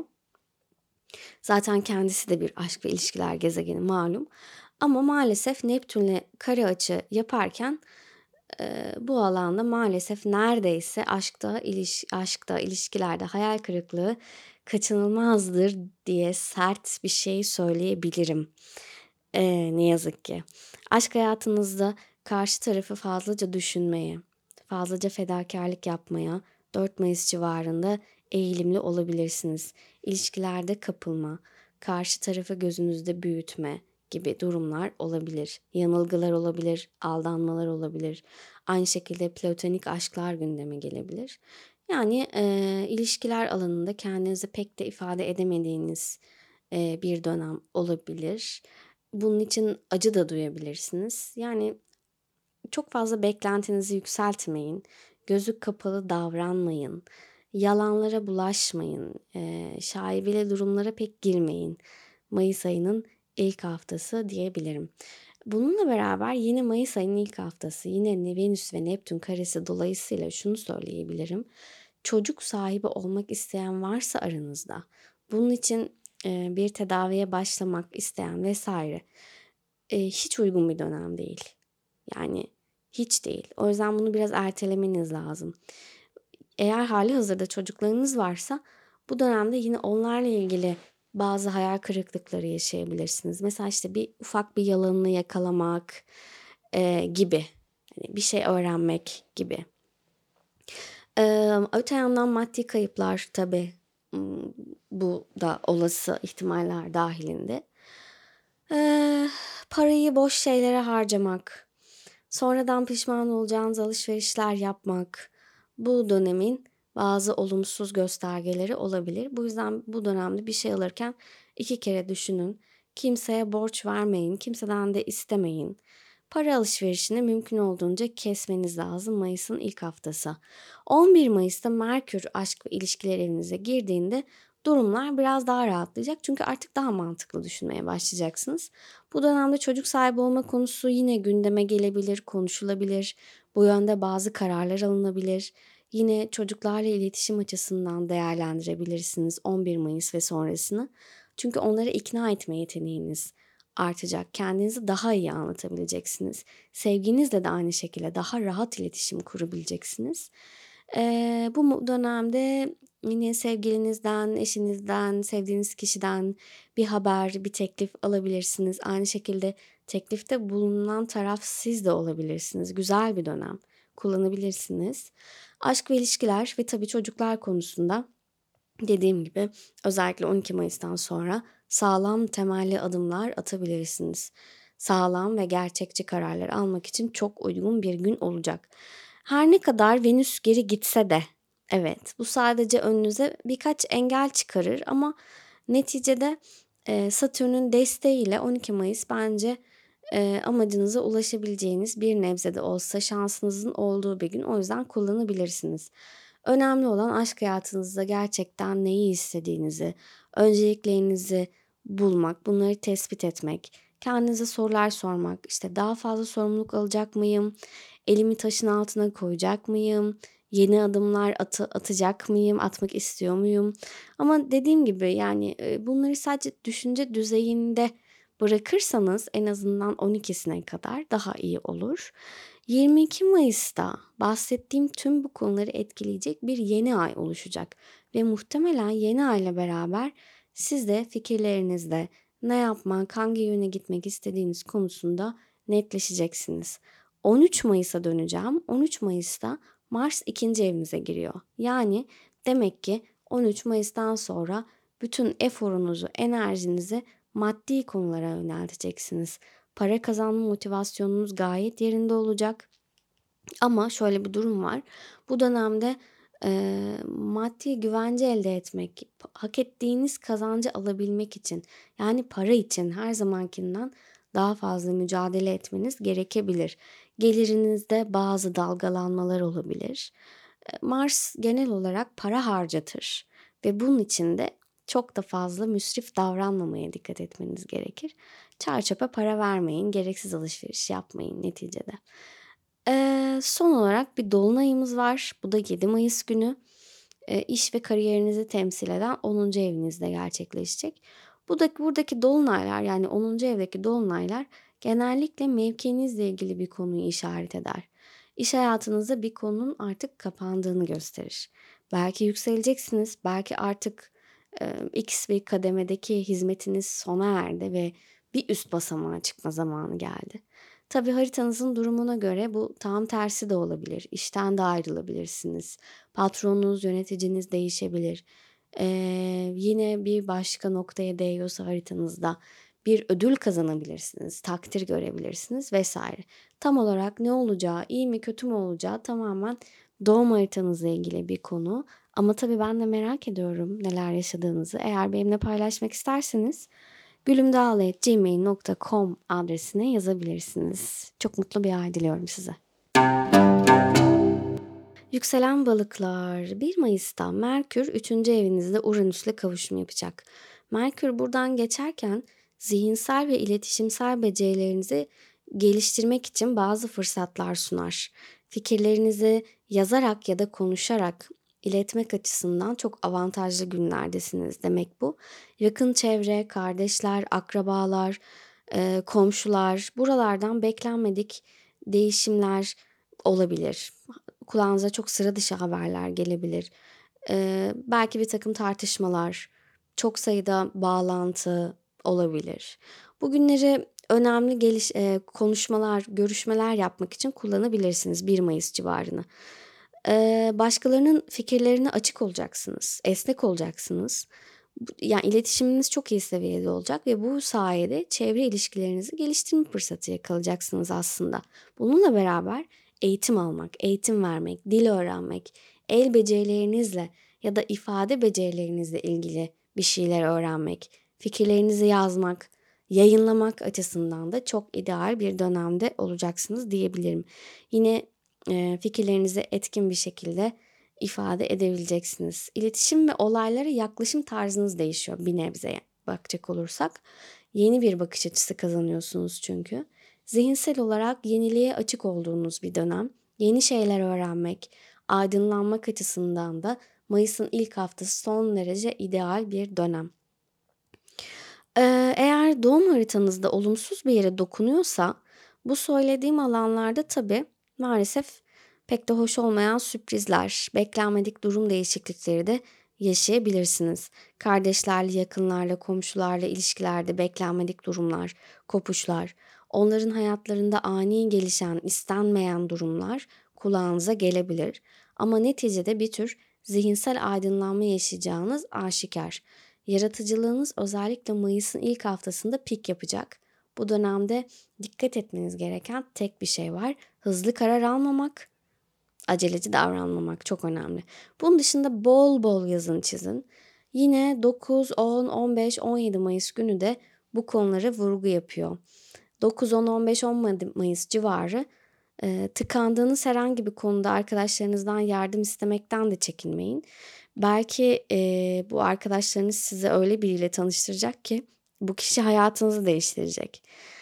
Zaten kendisi de bir aşk ve ilişkiler gezegeni malum. Ama maalesef Neptün'le kare açı yaparken e, bu alanda maalesef neredeyse aşkta, iliş, aşkta, ilişkilerde hayal kırıklığı kaçınılmazdır diye sert bir şey söyleyebilirim. E, ne yazık ki. Aşk hayatınızda karşı tarafı fazlaca düşünmeye, fazlaca fedakarlık yapmaya dört Mayıs civarında eğilimli olabilirsiniz. İlişkilerde kapılma, karşı tarafı gözünüzde büyütme gibi durumlar olabilir. Yanılgılar olabilir, aldanmalar olabilir. Aynı şekilde platonik aşklar gündeme gelebilir. Yani e, ilişkiler alanında kendinizi pek de ifade edemediğiniz e, bir dönem olabilir. Bunun için acı da duyabilirsiniz. Yani çok fazla beklentinizi yükseltmeyin. Gözü kapalı davranmayın. Yalanlara bulaşmayın. E, şaibeli durumlara pek girmeyin. Mayıs ayının ilk haftası diyebilirim. Bununla beraber yine Mayıs ayının ilk haftası, yine Venüs ve Neptün karesi dolayısıyla şunu söyleyebilirim. Çocuk sahibi olmak isteyen varsa aranızda, bunun için e, bir tedaviye başlamak isteyen vesaire e, hiç uygun bir dönem değil. Yani hiç değil. O yüzden bunu biraz ertelemeniz lazım. Eğer hali hazırda çocuklarınız varsa bu dönemde yine onlarla ilgili bazı hayal kırıklıkları yaşayabilirsiniz. Mesela işte bir ufak bir yalanını yakalamak e, gibi. Hani bir şey öğrenmek gibi. Ee, öte yandan maddi kayıplar tabii bu da olası ihtimaller dahilinde. Ee, parayı boş şeylere harcamak, sonradan pişman olacağınız alışverişler yapmak bu dönemin bazı olumsuz göstergeleri olabilir. Bu yüzden bu dönemde bir şey alırken iki kere düşünün. Kimseye borç vermeyin, kimseden de istemeyin. Para alışverişini mümkün olduğunca kesmeniz lazım Mayıs'ın ilk haftası. on bir Mayıs'ta Merkür aşk ve ilişkiler evinize girdiğinde durumlar biraz daha rahatlayacak. Çünkü artık daha mantıklı düşünmeye başlayacaksınız. Bu dönemde çocuk sahibi olma konusu yine gündeme gelebilir, konuşulabilir. Bu yönde bazı kararlar alınabilir. Yine çocuklarla iletişim açısından değerlendirebilirsiniz on bir Mayıs ve sonrasını. Çünkü onları ikna etme yeteneğiniz artacak. Kendinizi daha iyi anlatabileceksiniz. Sevginizle de aynı şekilde daha rahat iletişim kurabileceksiniz. Ee, bu dönemde yine sevgilinizden, eşinizden, sevdiğiniz kişiden bir haber, bir teklif alabilirsiniz. Aynı şekilde teklifte bulunan taraf siz de olabilirsiniz. Güzel bir dönem kullanabilirsiniz. Aşk ve ilişkiler ve tabii çocuklar konusunda dediğim gibi özellikle on iki Mayıs'tan sonra sağlam temelli adımlar atabilirsiniz. Sağlam ve gerçekçi kararlar almak için çok uygun bir gün olacak. Her ne kadar Venüs geri gitse de evet bu sadece önünüze birkaç engel çıkarır ama neticede e, Satürn'ün desteğiyle on iki Mayıs bence Eee, amacınıza ulaşabileceğiniz bir nebze de olsa şansınızın olduğu bir gün. O yüzden kullanabilirsiniz. Önemli olan aşk hayatınızda gerçekten neyi istediğinizi, önceliklerinizi bulmak, bunları tespit etmek, kendinize sorular sormak, işte daha fazla sorumluluk alacak mıyım, elimi taşın altına koyacak mıyım, yeni adımlar atı atacak mıyım, atmak istiyor muyum? Ama dediğim gibi yani, eee, bunları sadece düşünce düzeyinde bırakırsanız en azından on ikisine kadar daha iyi olur. yirmi iki Mayıs'ta bahsettiğim tüm bu konuları etkileyecek bir yeni ay oluşacak ve muhtemelen yeni ayla beraber siz de fikirlerinizde ne yapmak, hangi yöne gitmek istediğiniz konusunda netleşeceksiniz. on üç Mayıs'a döneceğim. on üç Mayıs'ta Mars ikinci evinize giriyor. Yani demek ki on üç Mayıs'tan sonra bütün eforunuzu, enerjinizi maddi konulara yönelteceksiniz. Para kazanma motivasyonunuz gayet yerinde olacak. Ama şöyle bir durum var. Bu dönemde eee, maddi güvence elde etmek, hak ettiğiniz kazancı alabilmek için, yani para için her zamankinden daha fazla mücadele etmeniz gerekebilir. Gelirinizde bazı dalgalanmalar olabilir. E, Mars genel olarak para harcatır ve bunun için de çok da fazla müsrif davranmamaya dikkat etmeniz gerekir. Çarçöpe para vermeyin, gereksiz alışveriş yapmayın neticede. Eee, son olarak bir dolunayımız var. Bu da yedi Mayıs günü. Eee, iş ve kariyerinizi temsil eden onuncu evinizde gerçekleşecek. Bu da buradaki dolunaylar yani onuncu evdeki dolunaylar genellikle mevkinizle ilgili bir konuyu işaret eder. İş hayatınızda bir konunun artık kapandığını gösterir. Belki yükseleceksiniz, belki artık e, X bir kademedeki hizmetiniz sona erdi ve bir üst basamağa çıkma zamanı geldi. Tabii haritanızın durumuna göre bu tam tersi de olabilir. İşten de ayrılabilirsiniz. Patronunuz, yöneticiniz değişebilir. Ee, yine bir başka noktaya değiyorsa haritanızda bir ödül kazanabilirsiniz, takdir görebilirsiniz vesaire. Tam olarak ne olacağı, iyi mi kötü mü olacağı tamamen doğum haritanızla ilgili bir konu. Ama tabii ben de merak ediyorum neler yaşadığınızı. Eğer benimle paylaşmak isterseniz gülümdağlı at gmail nokta com adresine yazabilirsiniz. Çok mutlu bir ay diliyorum size. Yükselen balıklar, bir Mayıs'ta Merkür üçüncü evinizde Uranüs'le kavuşum yapacak. Merkür buradan geçerken zihinsel ve iletişimsel becerilerinizi geliştirmek için bazı fırsatlar sunar. Fikirlerinizi yazarak ya da konuşarak iletmek açısından çok avantajlı günlerdesiniz demek bu. Yakın çevre, kardeşler, akrabalar, e, komşular, buralardan beklenmedik değişimler olabilir. Kulağınıza çok sıra dışı haberler gelebilir. Ee, belki bir takım tartışmalar, çok sayıda bağlantı olabilir. Bugünleri önemli geliş, e, konuşmalar, görüşmeler yapmak için kullanabilirsiniz bir Mayıs civarını. Ee, başkalarının fikirlerine açık olacaksınız, esnek olacaksınız. Yani iletişiminiz çok iyi seviyede olacak ve bu sayede çevre ilişkilerinizi geliştirme fırsatı yakalayacaksınız aslında. Bununla beraber eğitim almak, eğitim vermek, dil öğrenmek, el becerilerinizle ya da ifade becerilerinizle ilgili bir şeyler öğrenmek, fikirlerinizi yazmak, yayınlamak açısından da çok ideal bir dönemde olacaksınız diyebilirim. Yine e, fikirlerinizi etkin bir şekilde ifade edebileceksiniz. İletişim ve olaylara yaklaşım tarzınız değişiyor bir nebzeye bakacak olursak. Yeni bir bakış açısı kazanıyorsunuz çünkü. Zihinsel olarak yeniliğe açık olduğunuz bir dönem. Yeni şeyler öğrenmek, aydınlanmak açısından da Mayıs'ın ilk haftası son derece ideal bir dönem. Ee, eğer doğum haritanızda olumsuz bir yere dokunuyorsa bu söylediğim alanlarda tabii maalesef pek de hoş olmayan sürprizler, beklenmedik durum değişiklikleri de yaşayabilirsiniz. Kardeşlerle, yakınlarla, komşularla ilişkilerde beklenmedik durumlar, kopuşlar, onların hayatlarında ani gelişen, istenmeyen durumlar kulağınıza gelebilir. Ama neticede bir tür zihinsel aydınlanma yaşayacağınız aşikar. Yaratıcılığınız özellikle Mayıs'ın ilk haftasında pik yapacak. Bu dönemde dikkat etmeniz gereken tek bir şey var. Hızlı karar almamak, aceleci davranmamak çok önemli. Bunun dışında bol bol yazın çizin. Yine dokuz, on, on beş, on yedi Mayıs günü de bu konulara vurgu yapıyor. dokuz, on, on beş, on Mayıs civarı e, tıkandığınız herhangi bir konuda arkadaşlarınızdan yardım istemekten de çekinmeyin. Belki e, bu arkadaşlarınız sizi öyle biriyle tanıştıracak ki bu kişi hayatınızı değiştirecek.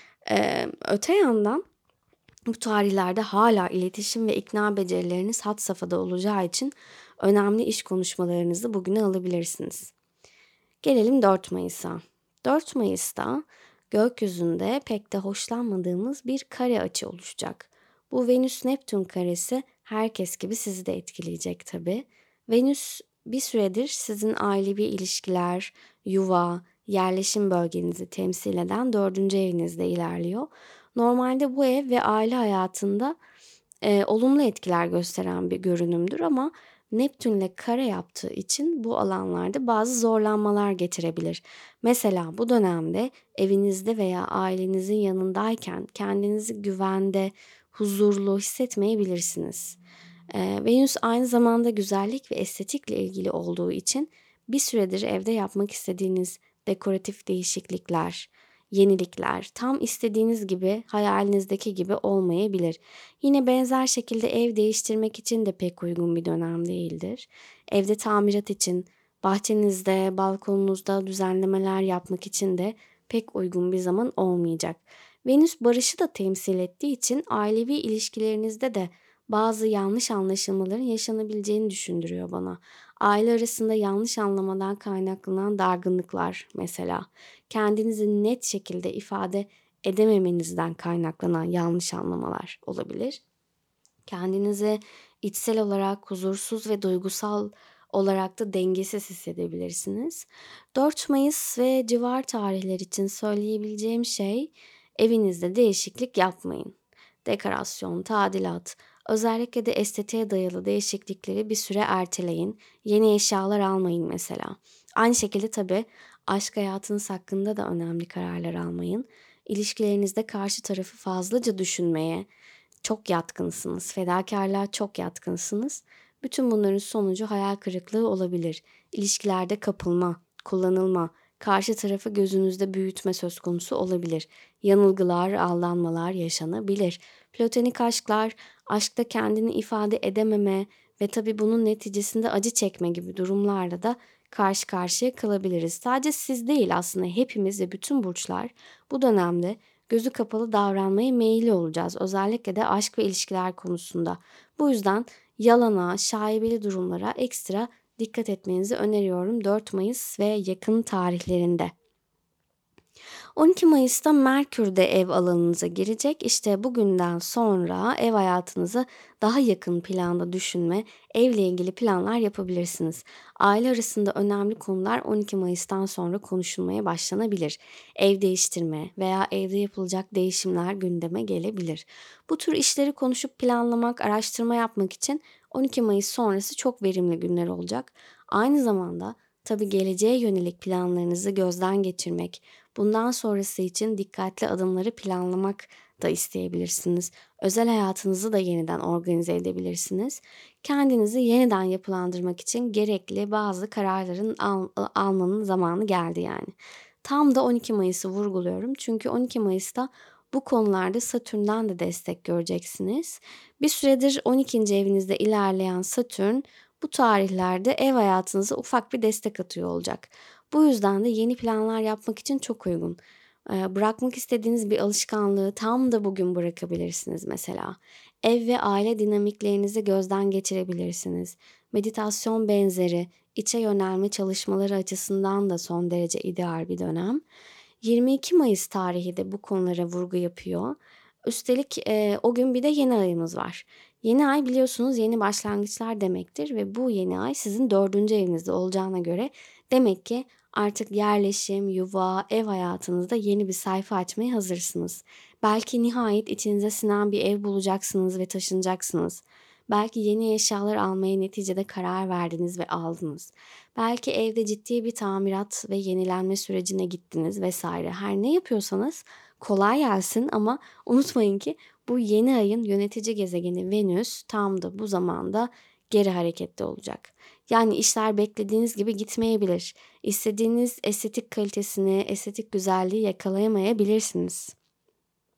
E, öte yandan bu tarihlerde hala iletişim ve ikna becerileriniz had safhada olacağı için önemli iş konuşmalarınızı bugüne alabilirsiniz. Gelelim dört Mayıs'a. dört Mayıs'ta gökyüzünde pek de hoşlanmadığımız bir kare açı oluşacak. Bu Venüs-Neptün karesi herkes gibi sizi de etkileyecek tabii. Venüs bir süredir sizin ailevi ilişkiler, yuva, yerleşim bölgenizi temsil eden dördüncü evinizde ilerliyor. Normalde bu ev ve aile hayatında e, olumlu etkiler gösteren bir görünümdür ama Neptünle kare yaptığı için bu alanlarda bazı zorlanmalar getirebilir. Mesela bu dönemde evinizde veya ailenizin yanındayken kendinizi güvende, huzurlu hissetmeyebilirsiniz. Ee, Venüs aynı zamanda güzellik ve estetikle ilgili olduğu için bir süredir evde yapmak istediğiniz dekoratif değişiklikler, yenilikler tam istediğiniz gibi, hayalinizdeki gibi olmayabilir. Yine benzer şekilde ev değiştirmek için de pek uygun bir dönem değildir. Evde tamirat için, bahçenizde, balkonunuzda düzenlemeler yapmak için de pek uygun bir zaman olmayacak. Venüs barışı da temsil ettiği için ailevi ilişkilerinizde de bazı yanlış anlaşılmaların yaşanabileceğini düşündürüyor bana. Aile arasında yanlış anlamadan kaynaklanan dargınlıklar mesela, kendinizi net şekilde ifade edememenizden kaynaklanan yanlış anlamalar olabilir. Kendinizi içsel olarak huzursuz ve duygusal olarak da dengesiz hissedebilirsiniz. dört Mayıs ve civar tarihler için söyleyebileceğim şey, evinizde değişiklik yapmayın. Dekorasyon, tadilat, özellikle de estetiğe dayalı değişiklikleri bir süre erteleyin. Yeni eşyalar almayın mesela. Aynı şekilde tabii aşk hayatınız hakkında da önemli kararlar almayın. İlişkilerinizde karşı tarafı fazlaca düşünmeye çok yatkınsınız, fedakarlığa çok yatkınsınız. Bütün bunların sonucu hayal kırıklığı olabilir. İlişkilerde kapılma, kullanılma, karşı tarafı gözünüzde büyütme söz konusu olabilir. Yanılgılar, aldanmalar yaşanabilir. Platonik aşklar, aşkta kendini ifade edememe ve tabii bunun neticesinde acı çekme gibi durumlarla da karşı karşıya kalabiliriz. Sadece siz değil, aslında hepimiz ve bütün burçlar bu dönemde gözü kapalı davranmaya meyilli olacağız. Özellikle de aşk ve ilişkiler konusunda. Bu yüzden yalana, şaibeli durumlara ekstra dikkat etmenizi öneriyorum dört Mayıs ve yakın tarihlerinde. on iki Mayıs'ta Merkür de ev alanınıza girecek. İşte bugünden sonra ev hayatınızı daha yakın planda düşünme, evle ilgili planlar yapabilirsiniz. Aile arasında önemli konular on iki Mayıs'tan sonra konuşulmaya başlanabilir. Ev değiştirme veya evde yapılacak değişimler gündeme gelebilir. Bu tür işleri konuşup planlamak, araştırma yapmak için on iki Mayıs sonrası çok verimli günler olacak. Aynı zamanda tabii geleceğe yönelik planlarınızı gözden geçirmek, bundan sonrası için dikkatli adımları planlamak da isteyebilirsiniz. Özel hayatınızı da yeniden organize edebilirsiniz. Kendinizi yeniden yapılandırmak için gerekli bazı kararların al- almanın zamanı geldi yani. Tam da on iki Mayıs'ı vurguluyorum. Çünkü on iki Mayıs'ta bu konularda Satürn'den de destek göreceksiniz. Bir süredir on ikinci evinizde ilerleyen Satürn bu tarihlerde ev hayatınıza ufak bir destek atıyor olacak. Bu yüzden de yeni planlar yapmak için çok uygun. Ee, Bırakmak istediğiniz bir alışkanlığı tam da bugün bırakabilirsiniz mesela. Ev ve aile dinamiklerinizi gözden geçirebilirsiniz. Meditasyon benzeri içe yönelme çalışmaları açısından da son derece ideal bir dönem. yirmi iki Mayıs tarihi de bu konulara vurgu yapıyor. Üstelik e, o gün bir de yeni ayımız var. Yeni ay biliyorsunuz yeni başlangıçlar demektir ve bu yeni ay sizin dördüncü evinizde olacağına göre demek ki artık yerleşim, yuva, ev hayatınızda yeni bir sayfa açmaya hazırsınız. Belki nihayet içinize sinen bir ev bulacaksınız ve taşınacaksınız. Belki yeni eşyalar almaya neticede karar verdiniz ve aldınız. Belki evde ciddi bir tamirat ve yenilenme sürecine gittiniz vesaire. Her ne yapıyorsanız kolay gelsin ama unutmayın ki bu yeni ayın yönetici gezegeni Venüs tam da bu zamanda geri harekette olacak. Yani işler beklediğiniz gibi gitmeyebilir. İstediğiniz estetik kalitesini, estetik güzelliği yakalayamayabilirsiniz.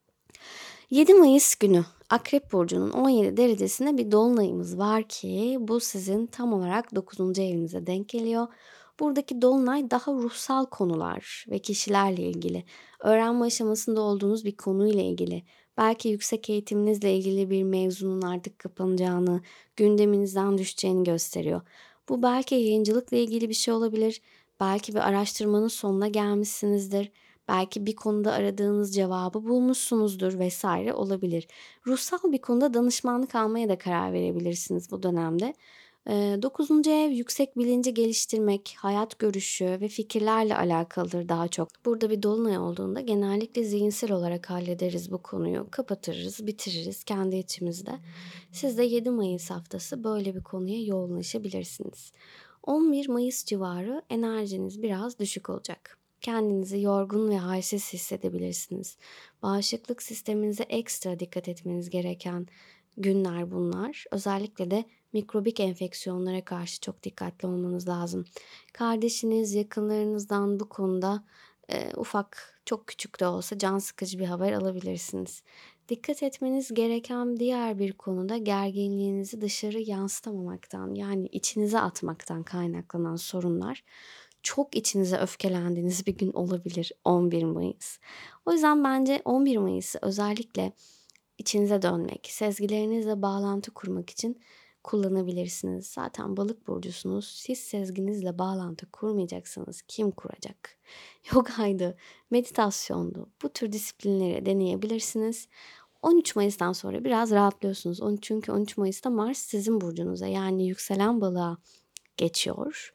yedi Mayıs günü Akrep Burcu'nun on yedi derecesinde bir dolunayımız var ki bu sizin tam olarak dokuzuncu evinize denk geliyor. Buradaki dolunay daha ruhsal konular ve kişilerle ilgili, öğrenme aşamasında olduğunuz bir konuyla ilgili, belki yüksek eğitiminizle ilgili bir mevzunun artık kapanacağını, gündeminizden düşeceğini gösteriyor. Bu belki yayıncılıkla ilgili bir şey olabilir, belki bir araştırmanın sonuna gelmişsinizdir. Belki bir konuda aradığınız cevabı bulmuşsunuzdur vesaire olabilir. Ruhsal bir konuda danışmanlık almaya da karar verebilirsiniz bu dönemde. Eee, dokuzuncu ev yüksek bilinci geliştirmek, hayat görüşü ve fikirlerle alakalıdır daha çok. Burada bir dolunay olduğunda genellikle zihinsel olarak hallederiz bu konuyu. Kapatırız, bitiririz kendi içimizde. Siz de yedi Mayıs haftası böyle bir konuya yoğunlaşabilirsiniz. on bir Mayıs civarı enerjiniz biraz düşük olacak. Kendinizi yorgun ve halsiz hissedebilirsiniz. Bağışıklık sisteminize ekstra dikkat etmeniz gereken günler bunlar. Özellikle de mikrobik enfeksiyonlara karşı çok dikkatli olmanız lazım. Kardeşiniz, yakınlarınızdan bu konuda e, ufak, çok küçük de olsa can sıkıcı bir haber alabilirsiniz. Dikkat etmeniz gereken diğer bir konuda gerginliğinizi dışarı yansıtamamaktan, yani içinize atmaktan kaynaklanan sorunlar. Çok içinize öfkelendiğiniz bir gün olabilir on bir Mayıs. O yüzden bence on bir Mayıs'ı özellikle içinize dönmek, sezgilerinizle bağlantı kurmak için kullanabilirsiniz. Zaten balık burcusunuz. Siz sezginizle bağlantı kurmayacaksanız kim kuracak? Yogaydı, meditasyondu. Bu tür disiplinleri deneyebilirsiniz. on üç Mayıs'tan sonra biraz rahatlıyorsunuz. Çünkü on üç Mayıs'ta Mars sizin burcunuza, yani yükselen balığa geçiyor.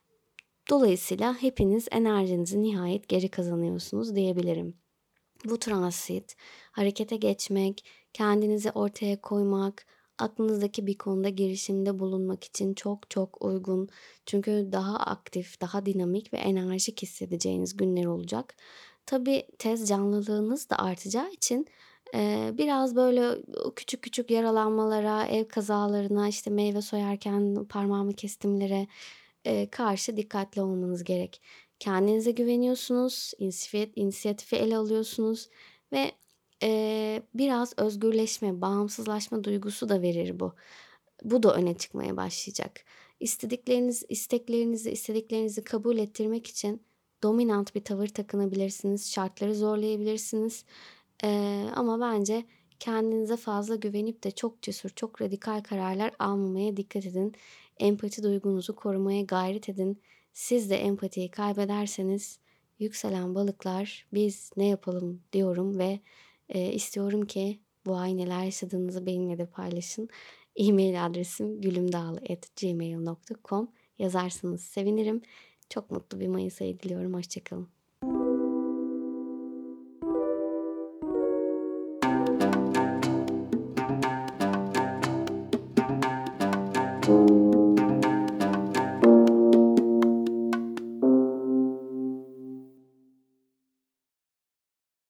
Dolayısıyla hepiniz enerjinizi nihayet geri kazanıyorsunuz diyebilirim. Bu transit, harekete geçmek, kendinizi ortaya koymak, aklınızdaki bir konuda girişimde bulunmak için çok çok uygun. Çünkü daha aktif, daha dinamik ve enerjik hissedeceğiniz günler olacak. Tabii tez canlılığınız da artacağı için e, biraz böyle küçük küçük yaralanmalara, ev kazalarına, işte meyve soyarken parmağımı kestimlere e, karşı dikkatli olmanız gerek. Kendinize güveniyorsunuz, inisiyat, inisiyatifi ele alıyorsunuz ve e, biraz özgürleşme, bağımsızlaşma duygusu da verir bu. Bu da öne çıkmaya başlayacak. İstedikleriniz, isteklerinizi, istediklerinizi kabul ettirmek için dominant bir tavır takınabilirsiniz, şartları zorlayabilirsiniz. E, ama bence kendinize fazla güvenip de çok cesur, çok radikal kararlar almamaya dikkat edin. Empati duygunuzu korumaya gayret edin. Siz de empatiyi kaybederseniz yükselen balıklar biz ne yapalım diyorum ve e, istiyorum ki bu ay neler yaşadığınızı benimle de paylaşın. E-mail adresim gülümdağlı at gmail nokta com yazarsanız sevinirim. Çok mutlu bir Mayıs ayı diliyorum. Hoşçakalın.